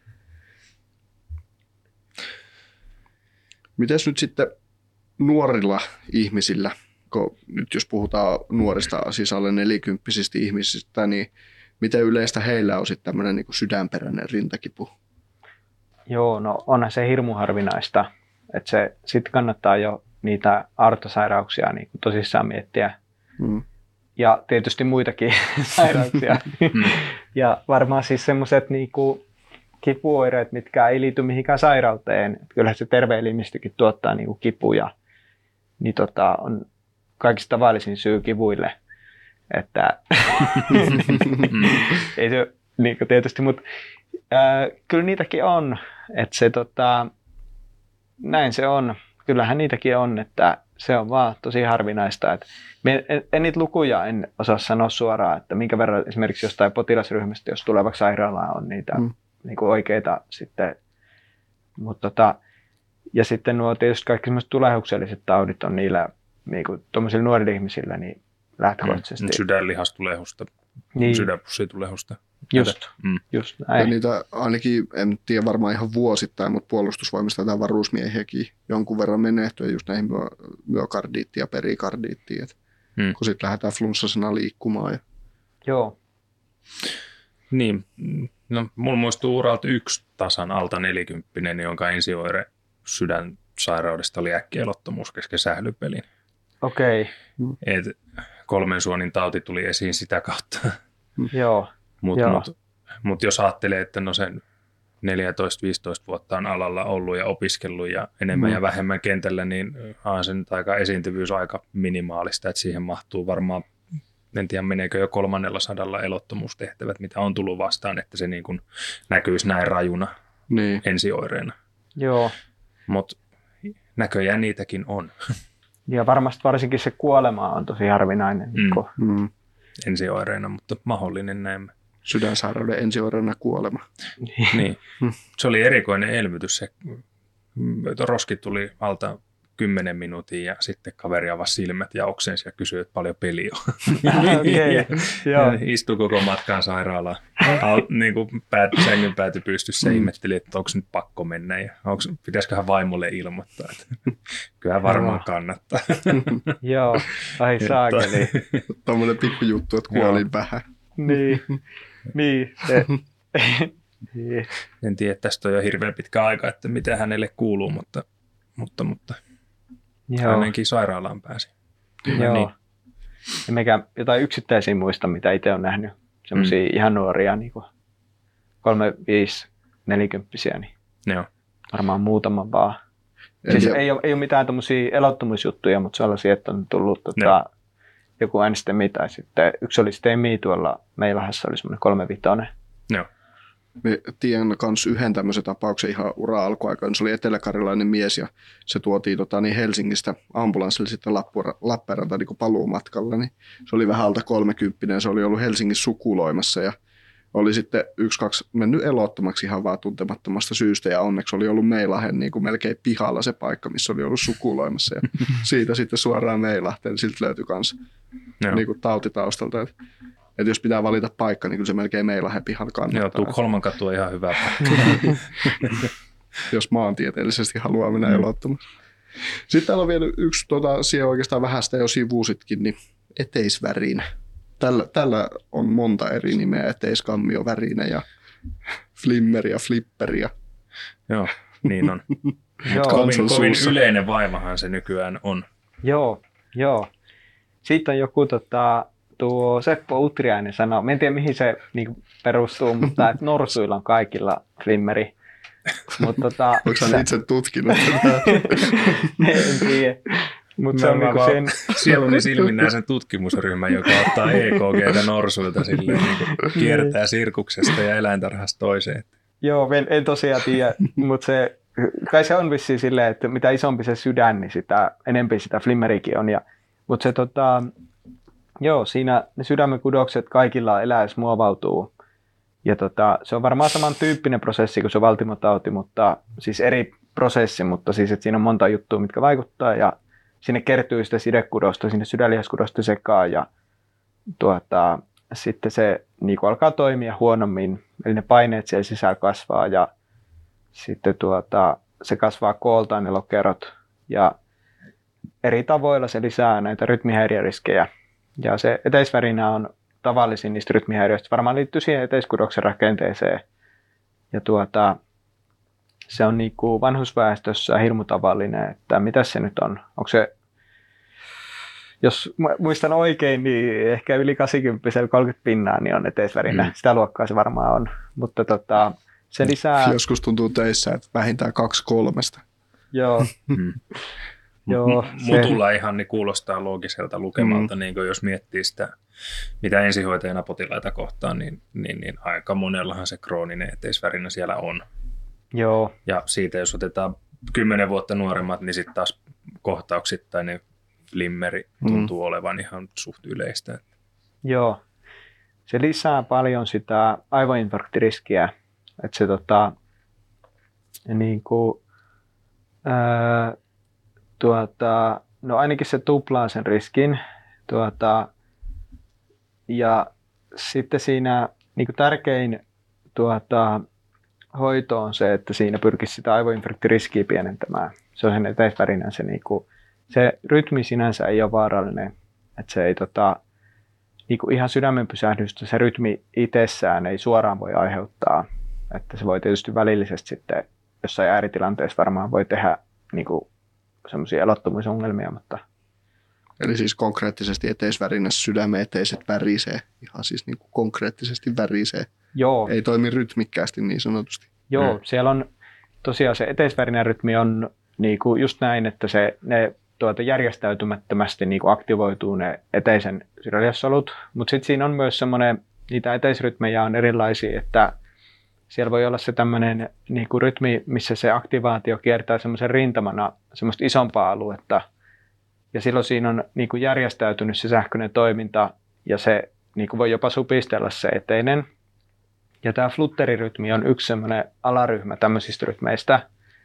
Mites nyt sitten nuorilla ihmisillä, kun nyt jos puhutaan nuorista, siis alle nelikymppisistä ihmisistä, niin miten yleistä heillä on sitten tämmöinen niin kuin sydänperäinen rintakipu? Joo, no onhan se hirmu harvinaista, että se sitten kannattaa jo niitä aorttasairauksia niin kuin tosissaan miettiä. Mm. Ja tietysti muitakin sairauksia. Mm. Ja varmaan siis semmoiset niinku kipuoireet, mitkä ei liity mihinkään sairauteen. Kyllähän se terve elimistökin tuottaa niinku kipuja. Niin tota, on kaikista tavallisin syy kivuille. Että ei se niinku tietysti, mutta ää, kyllä niitäkin on. Että se tota, näin se on. Kyllähän niitäkin on, että se on vaan tosi harvinaista. Että en, en niitä lukuja en osaa sanoa suoraan, että minkä verran esimerkiksi jostain potilasryhmästä, jos tulee vaikka sairaalaan, on niitä mm. niin kuin oikeita sitten. Mutta tota, ja sitten nuo tietysti kaikki sellaiset tulehdukselliset taudit on niillä niin kuin tuollaisilla nuorilla ihmisillä niin lähtökohtaisesti. Mm. Sydänlihastulehusta, niin. Sydänpussitulehusta. Just, mm. just näin. Ja niitä ainakin, en tiedä varmaan ihan vuosittain, mutta puolustusvoimista tai varusmiehiäkin jonkun verran menehtyä just näihin myö, myokardiittiin ja perikardiittiin, mm. kun sitten lähdetään flunssasena liikkumaan. Ja... Joo. Niin, no mulla muistuu uralta yksi tasan alta nelikymppinen, jonka ensioire sydänsairaudesta oli äkkielottomuus kesken sählypelin. Okei. Okay. Kolmen suonin tauti tuli esiin sitä kautta. Joo. Mutta mut, mut jos ajattelee, että no sen neljätoista viisitoista vuotta on alalla ollut ja opiskellut ja enemmän mm. ja vähemmän kentällä, niin on sen aika esiintyvyys aika minimaalista, että siihen mahtuu varmaan, en tiedä meneekö jo kolmannella sadalla elottomuustehtävät, mitä on tullut vastaan, että se niin kuin näkyisi näin rajuna niin. ensioireena. Joo. Mutta näköjään niitäkin on. Ja varmasti varsinkin se kuolema on tosi harvinainen. Mm. Mm. Ensioireena, mutta mahdollinen näemme. Sydänsairauden ensioireena kuolema. Niin. Se oli erikoinen elvytys. Se roski tuli alta kymmenen minuutin ja sitten kaveri avasi silmät ja oksensi ja kysyi, että paljon peli on. Okay. Istui koko matkaan sairaalaan. Niin kuin päät, sängyn pääty pystyssä ja ihmetteli, että onko nyt pakko mennä ja onko, pitäisiköhän vaimolle ilmoittaa. Että kyllä varmaan kannattaa. Joo, ai saakeli. Tuommoinen pikkujuttu, että kuolin vähän. Niin, niin. Se. En tiedä, tästä on jo hirveän pitkä aika, että mitä hänelle kuuluu, mutta, mutta, mutta hänenkin sairaalaan pääsi. Joo. Niin. Ja meikä jotain yksittäisiä muista, mitä itse olen nähnyt. Semmoisia mm. ihan nuoria, niin kuin kolme, viisi, nelikymppisiä, niin Joo. varmaan muutama vaan. Siis ei ole, ei ole mitään tämmöisiä elottomuusjuttuja, mutta sellaisia, että on tullut tota, joku änstemi tai sitten yksi oli STEMI tuolla Meilahassa, oli semmoinen kolmevitonen. Joo. Me tiedän myös yhden tämmöisen tapauksen ihan ura-alkuaikaan. Se oli eteläkarjalainen mies ja se tuotiin tota, niin Helsingistä ambulanssilla sitten Lappeenrantaan niin paluumatkalla. Niin se oli vähän alta kolmekymppinen, se oli ollut Helsingissä sukuloimassa ja oli sitten yksi, kaksi mennyt elottomaksi ihan vaan tuntemattomasta syystä ja onneksi oli ollut Meilahden niin kuin melkein pihalla se paikka, missä oli ollut sukuloimassa ja siitä sitten suoraan Meilahteen, niin siltä löytyi myös niin kuin tautitaustalta. Että Että jos pitää valita paikka, niin kyllä se melkein Meilahden pihalla kannattaa. Joo, Tukholman katu on ihan hyvä paikka. Jos maantieteellisesti haluaa mennä mm. elottomaan. Sitten täällä on vielä yksi, tota, siellä oikeastaan vähän sitä jo sivuusitkin, niin eteisvärinä. Tällä, tällä on monta eri nimeä, eteiskammio värinä ja flimmeri ja flipperi ja Joo, niin on. Joo. Kovin, kovin yleinen vaivahan se nykyään on. Joo, joo. Siitä on joku tota, tuo Seppo Utriainen sanoo, mä en tiedä mihin se niin perustuu, mutta että norsuilla on kaikilla flimmeri. Mut, tota, Onko hän itse tutkinut tätä? en tiedä. Mut se on niinku sen... Sieluni silmin näen sen tutkimusryhmän, joka ottaa E K G:tä norsuilta silleen, niin kuin kiertää sirkuksesta ja eläintarhasta toiseen. Joo, en, en tosiaan tiedä, mutta se, kai se on vissiin silleen, että mitä isompi se sydän, niin sitä enempi sitä flimmerikin on. Ja, mutta se tota, joo, siinä ne sydämen kudokset kaikilla eläessä muovautuu. Ja tota, se on varmaan samantyyppinen prosessi kuin se valtimotauti, mutta siis eri prosessi, mutta siis että siinä on monta juttua, mitkä vaikuttaa ja sinne kertyy sitä sidekudosta, sinne sydänlihaskudosta sekaan ja tuota, sitten se niin kuin alkaa toimia huonommin, eli ne paineet siellä sisällä kasvaa ja sitten tuota, se kasvaa kooltaan ne lokerot ja eri tavoilla se lisää näitä rytmihäiriöriskejä ja se eteisvärinä on tavallisin niistä rytmihäiriöistä, varmaan liittyy siihen eteiskudoksen rakenteeseen ja tuota, se on niin kuin vanhusväestössä hirmu tavallinen, että mitä se nyt on, onko se jos muistan oikein, niin ehkä yli kahdeksankymmentä kolmekymmentä pinnaa niin on eteisvärinä. Mm. Sitä luokkaa se varmaan on. Mutta tota, se lisää... Joskus tuntuu teissä, että vähintään kaksi kolmesta. Joo. Mm. Joo, Mutulla ihan niin kuulostaa loogiselta lukemalta, Mm. niin jos miettii sitä, mitä ensihoitajana potilaita kohtaan, niin, niin, niin aika monellahan se krooninen eteisvärinä siellä on. Joo. Ja siitä jos otetaan kymmenen vuotta nuoremmat, niin sitten taas kohtauksittain ne flimmeri tuntuu mm. olevan ihan suht yleistä. Joo. Se lisää paljon sitä aivoinfarktiriskiä. Että se tota, niin kuin, ää, tuota, no ainakin se tuplaa sen riskin. Tuota, ja sitten siinä niin kuin tärkein tuota, hoito on se, että siinä pyrkisi sitä aivoinfarktiriskiä pienentämään. Se on sen eteisvärinän se niin kuin, se rytmi sinänsä ei ole vaarallinen, että se ei tota, niinku ihan sydämen pysähdystä, se rytmi itsessään ei suoraan voi aiheuttaa, että se voi tietysti välillisesti sitten jossain ääritilanteessa varmaan voi tehdä niinku semmoisia elottomuusongelmia, mutta... Eli siis konkreettisesti eteisvärinässä sydämen eteiset värisee, ihan siis niinku konkreettisesti värisee, Joo. ei toimi rytmikkäästi niin sanotusti. Joo, Mm. siellä on tosiaan se eteisvärinän rytmi on niinku just näin, että se, ne tuota järjestäytymättömästi niin kuin aktivoituu ne eteisen sydänlihassolut, mutta sitten siinä on myös semmoinen, niitä eteisrytmejä on erilaisia, että siellä voi olla se tämmöinen niin kuin rytmi, missä se aktivaatio kiertää semmoisen rintamana semmoista isompaa aluetta, ja silloin siinä on niin kuin järjestäytynyt se sähköinen toiminta, ja se niin kuin voi jopa supistella se eteinen. Ja tämä flutterirytmi on yksi semmoinen alaryhmä tämmöisistä rytmeistä,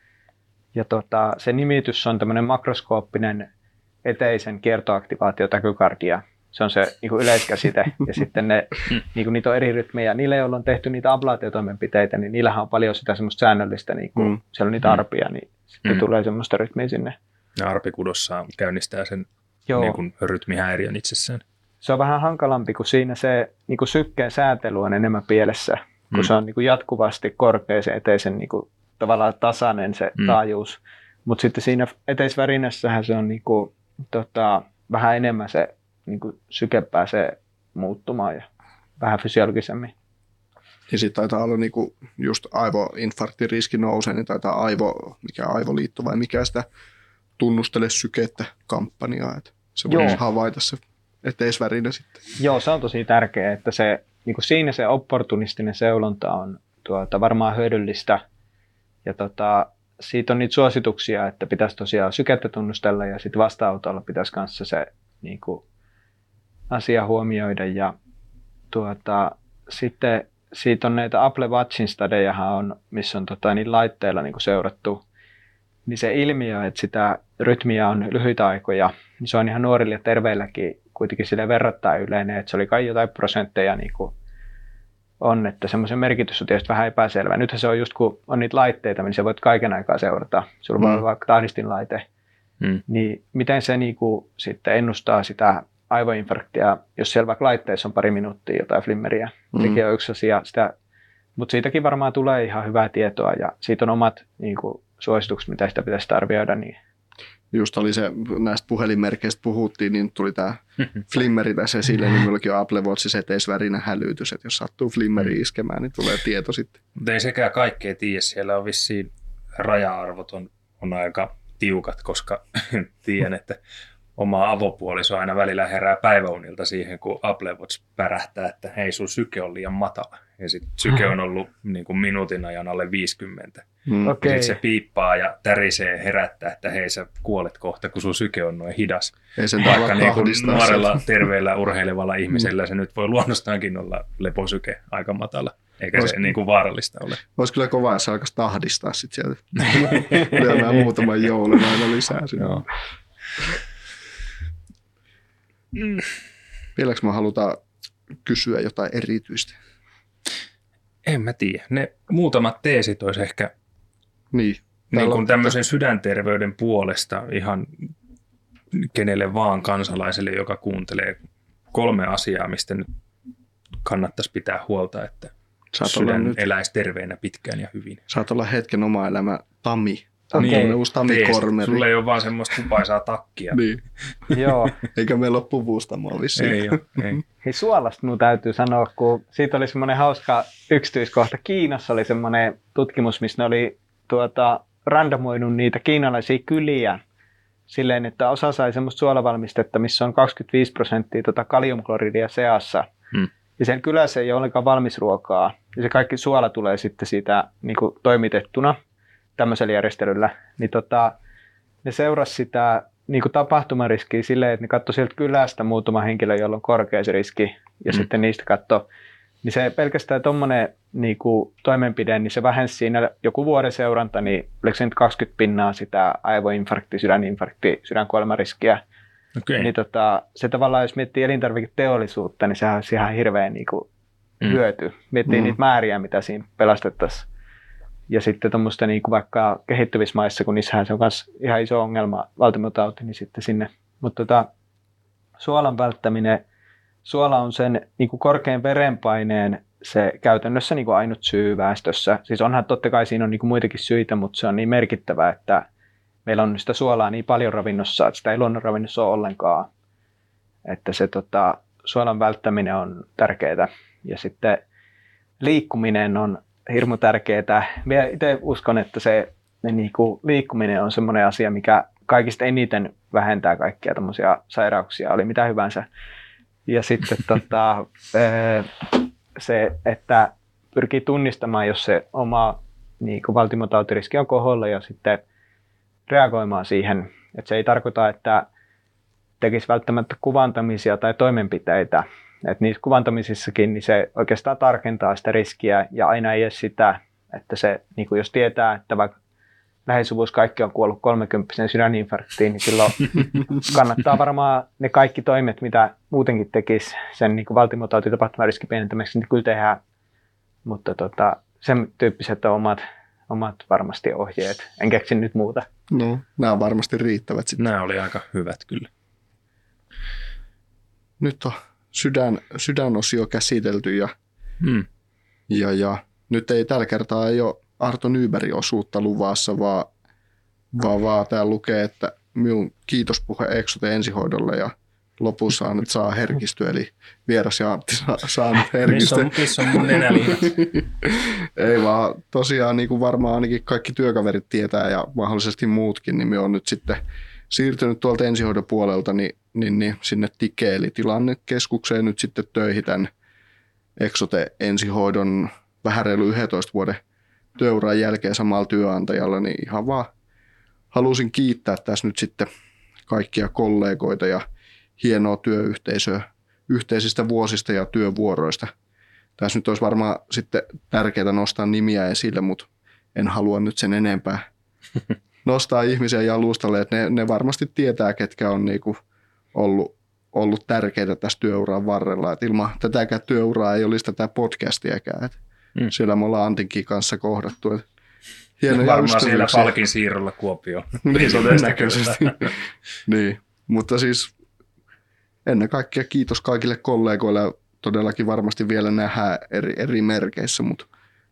ja tota, se nimitys on tämmöinen makroskooppinen eteisen kiertoaktivaatio takykardia. Se on se niin kuin yleiskäsite. Ja sitten ne, niin kuin niitä on eri rytmejä. Niille, joilla on tehty niitä ablaatiotoimenpiteitä, niin niillähän on paljon sitä semmoista säännöllistä, niin kuin, mm. siellä on niitä arpia, niin sitten mm. tulee semmoista rytmiä sinne. Ja arpikudossa käynnistää sen niin kuin rytmihäiriön itsessään. Se on vähän hankalampi, kun siinä se niin kuin sykkeen säätely on enemmän pielessä, kun mm. se on niin kuin jatkuvasti korkea se eteisen niin kuin tavallaan tasainen se mm. taajuus, mutta sitten siinä eteisvärinässähän se on niinku, tota, vähän enemmän se niinku, syke pääsee muuttumaan ja vähän fysiologisemmin. Ja sitten taitaa olla niinku just aivoinfarktiriski nousee, niin taitaa aivo, mikä aivoliitto vai mikä sitä tunnustele sykettä kampanjaa, että se voi havaita se eteisvärinä sitten. Joo, se on tosi tärkeää, että se, niinku siinä se opportunistinen seulonta on tuota, varmaan hyödyllistä. Ja tota, siitä on niitä suosituksia, että pitäisi tosiaan sykettä tunnustella ja sitten vastaanotolla pitäisi kanssa se niin kuin, asia huomioida. Ja tuota, sitten siitä on näitä Apple Watchin stadejahan on, missä on tota, niin laitteilla niin kuin seurattu. Niin se ilmiö, että sitä rytmiä on lyhyitä aikoja, niin se on ihan nuorille ja terveilläkin kuitenkin sille verrattain yleinen, että se oli kai jotain prosentteja niin kuin on, että semmoisen merkitys on tietysti vähän epäselvä. Nythän se on just kun on niitä laitteita, niin sä voit kaiken aikaa seurata. Sulla mm. voi olla vaikka tahdistinlaite. Mm. Niin miten se niinku sitten ennustaa sitä aivoinfarktia, jos siellä vaikka laitteessa on pari minuuttia jotain flimmeriä. Mm. Sekin on yksi asia. Sitä Mutta siitäkin varmaan tulee ihan hyvää tietoa ja siitä on omat niin kuin, suositukset, mitä sitä pitäisi arvioida. Niin. Just oli se, näistä puhelinmerkeistä puhuttiin, niin tuli tämä flimmeri tässä esille, niin minullakin on Apple Watchissa eteisvärinä hälytys, että jos sattuu flimmeri iskemään, niin tulee tieto sitten. Mutta ei sekään kaikkea tiedä, siellä on vissiin raja-arvot on, on aika tiukat, koska tiedän, että oma avopuoliso aina välillä herää päiväunilta siihen, kun Apple Watch pärähtää, että hei, sun syke on liian matala. Ja sitten syke on ollut niin kuin minuutin ajan alle viisikymmentä. Mm. Okay. Ja sitten se piippaa ja tärisee herättää, että hei, sä kuolet kohta, kun sun syke on noin hidas. Ei sen Vaikka niin kuin tahdistaa nuorella, sen. terveellä, urheilevalla ihmisellä se nyt voi luonnostaankin olla leposyke aika matala. Eikä Olis... se niin kuin vaarallista ole. Olisi kyllä kova, jos se alkaisi tahdistaa sitten sieltä. Lyömään muutaman joulun aina lisää sinne. Joo. Vieläkö me halutaan kysyä jotain erityistä? En mä tiedä. Ne muutamat teesit olisi ehkä Niin. niin kuin on... tämmöisen sydänterveyden puolesta ihan kenelle vaan kansalaiselle, joka kuuntelee kolme asiaa, mistä nyt kannattaisi pitää huolta, että sydän nyt... eläisi terveenä pitkään ja hyvin. Saat olla hetken oma elämä Tami. Okei. Niin, uusi Tami-kormeri. Sulla ei ole vaan semmoista kupaisaa takkia. Niin. Joo. Eikä meillä ole puvustamoa vissiin. Ei ole, ei. Hei, suolasta minun täytyy sanoa, kun siitä oli semmoinen hauska yksityiskohta. Kiinassa oli semmoinen tutkimus, missä ne oli tuota, randomoinut niitä kiinalaisia kyliä silleen, että osa sai semmoista suolavalmistetta, missä on kaksikymmentäviisi prosenttia tuota kaliumkloridia seassa. Hmm. Ja sen kylässä ei ole ollenkaan valmisruokaa. Ja se kaikki suola tulee sitten siitä niin kuin toimitettuna tämmöisellä järjestelyllä. Niin tota, ne seurasi sitä niin kuin tapahtumariskiä silleen, että ne katsoi sieltä kylästä muutama henkilö, jolla on korkea se riski, ja hmm. sitten niistä katsoi. Niin se pelkästään tuommoinen niin kuin toimenpide, niin se vähensi siinä joku vuoden seuranta, niin oliko se nyt kaksikymmentä pinnaa sitä aivoinfarkti, sydäninfarkti, sydänkuolemariskiä. Okay. Niin tota, se tavallaan, jos miettii elintarviketeollisuutta, niin sehän on ihan hirveä niin kuin mm. hyöty. Miettii mm. niitä määriä, mitä siinä pelastettaisiin. Ja sitten tuommoista niin kuin vaikka kehittyvissä maissa, kun niissähän se on myös ihan iso ongelma, valtimotauti, niin sitten sinne. Mutta tota, suolan välttäminen, suola on sen niin kuin korkean verenpaineen se käytännössä niin kuin ainut syy väestössä. Siis onhan totta kai siinä on niin kuin muitakin syitä, mutta se on niin merkittävä, että meillä on sitä suolaa niin paljon ravinnossa, että sitä ei luonnonravinnossa ole ollenkaan. Että se tota, suolan välttäminen on tärkeää. Ja sitten liikkuminen on hirmu tärkeää. Minä itse uskon, että se niin kuin liikkuminen on semmoinen asia, mikä kaikista eniten vähentää kaikkia tämmöisiä sairauksia, oli mitä hyvänsä. Ja sitten tota, se, että pyrkii tunnistamaan, jos se oma niin kuin valtimotautiriski on koholla ja sitten reagoimaan siihen. Että se ei tarkoita, että tekisi välttämättä kuvantamisia tai toimenpiteitä. Että niissä kuvantamisissakin niin se oikeastaan tarkentaa sitä riskiä ja aina ei edes sitä, että se, niin kuin jos tietää, että vaikka lähisuvussa kaikki on kuollut kolmekymppisen sydäninfarktiin, niin silloin kannattaa varmaan ne kaikki toimet, mitä muutenkin tekisi sen niin valtimotautitapahtuman riskin pienentämiseksi, niin kyllä tehdään. Mutta tota, sen tyyppiset on omat, omat varmasti ohjeet. En keksi nyt muuta. No, nämä on varmasti riittävät sitten. Nämä oli aika hyvät kyllä. Nyt on sydän, sydänosio käsitelty ja, hmm. ja, ja nyt ei tällä kertaa ei ole Arto Nybergin osuutta luvassa, vaan, vaan, vaan täällä lukee, että minun kiitospuhe Exote ensihoidolle ja lopussa on, että saa herkistyä, eli vieras ja Antti saa, saa nyt herkistyä. Missä on, missä on mun nenäliinat? Ei vaan, tosiaan niin kuin varmaan ainakin kaikki työkaverit tietää ja mahdollisesti muutkin, niin me on nyt sitten siirtynyt tuolta ensihoidon puolelta niin, niin, niin sinne Tike, eli tilannekeskukseen nyt sitten töihin tämän Exote ensihoidon vähän reilu yhdentoista vuoden työuran jälkeen samalla työnantajalla, niin ihan vaan halusin kiittää tässä nyt sitten kaikkia kollegoita ja hienoa työyhteisöä yhteisistä vuosista ja työvuoroista. Tässä nyt olisi varmaan sitten tärkeää nostaa nimiä esille, mutta en halua nyt sen enempää nostaa ihmisiä jalustalle, että ne, ne varmasti tietää, ketkä on niinku ollut, ollut tärkeitä tässä työuran varrella. Et ilman tätäkään työuraa ei olisi tätä podcastiäkään. Et mm. Siellä me ollaan Antinkin kanssa kohdattu. Et hienoja varmaan siellä Falkin siirrolla Kuopioon. Niin todennäköisesti. Niin, mutta siis ennen kaikkea kiitos kaikille kollegoille. Todellakin varmasti vielä nähdään eri, eri merkeissä, mutta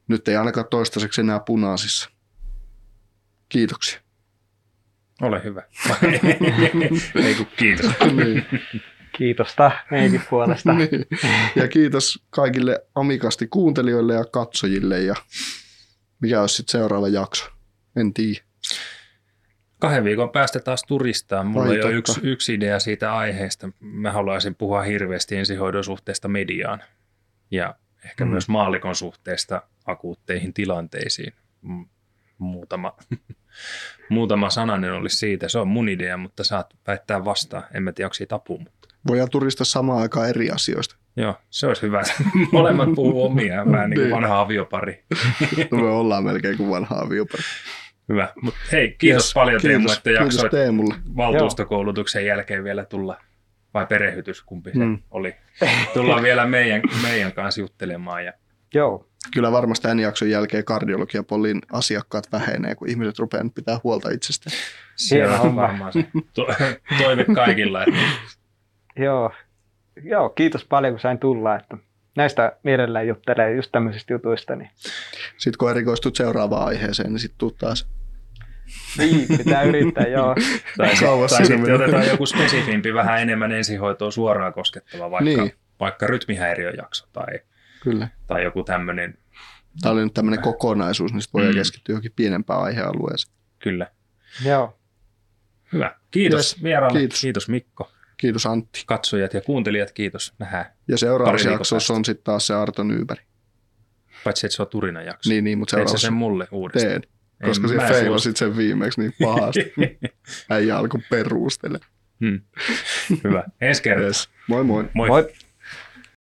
nyt ei ainakaan toistaiseksi enää punaisissa. Kiitoksia. Ole hyvä. Ei kun kiitos. Niin. Kiitosta meidänkin puolesta. Niin. Ja kiitos kaikille Amikasti kuuntelijoille ja katsojille. Ja mikä olisi sitten seuraava jakso? En tiedä. Kahden viikon päästä taas turistaa. Mulla Ai, on jo totta. yksi, yksi idea siitä aiheesta. Mä haluaisin puhua hirveästi ensihoidon suhteesta mediaan ja ehkä Mm. myös maallikon suhteesta akuutteihin tilanteisiin. M- Muutama, muutama sananen olisi siitä. Se on mun idea, mutta saat väittää vastaan. En mä tiedä, onko siitä apua. Mutta... Voidaan turistaa samaan aikaan eri asioista. Joo, se olisi hyvä. Molemmat puhuu omia, vähän niin kuin Niin. vanha aviopari. No me ollaan melkein kuin vanha aviopari. Hyvä. Mut hei, kiitos Yes, paljon Teemu, kiitos, että kiitos jaksoit Teemulle. valtuustokoulutuksen jälkeen vielä tulla, vai perehdytys, kumpi se Mm. oli, tulla vielä meidän, meidän kanssa juttelemaan. Ja Joo, Kyllä varmasti tämän jakson jälkeen kardiologiapolin asiakkaat vähenee, kun ihmiset rupeaa nyt pitää huolta itsestään. se Hieno on homma. varmaan se to- toive kaikilla. Että joo. Joo, kiitos paljon kun sain tulla, että näistä mielellään juttelee just tämmöisistä jutuista. Niin, Sitten kun erikoistut seuraavaan aiheeseen, niin sitten tuu taas. niin pitää yrittää, joo. tai se- Kauas tai sinne sitten meni. otetaan joku spesifimpi, vähän enemmän ensihoitoa suoraan koskettava, vaikka, Niin. vaikka rytmihäiriöjakso tai, Kyllä. tai joku tämmöinen. Tämä oli nyt tämmöinen kokonaisuus, niin sitten voidaan Mm. keskittyä johonkin pienempään aihealueeseen. Kyllä. Joo, Hyvä. Kiitos Yes, vieraalle. kiitos. Kiitos Mikko. Kiitos Antti. Katsojat ja kuuntelijat, kiitos. Nähdään. Ja seuraavassa Pari viikon jaksossa on sitten taas se Arto Nyyberg. Paitsi, että se on Turina jakso. Niin, niin, mutta Teet sä seuraavassa sen mulle uudestaan? teen. En, Koska mä se en feilasit sen viimeksi niin pahasti. Äijä alkoi perustella. Hmm. Hyvä. Ensi kertaa. Yes. Moi moi. Moi. moi.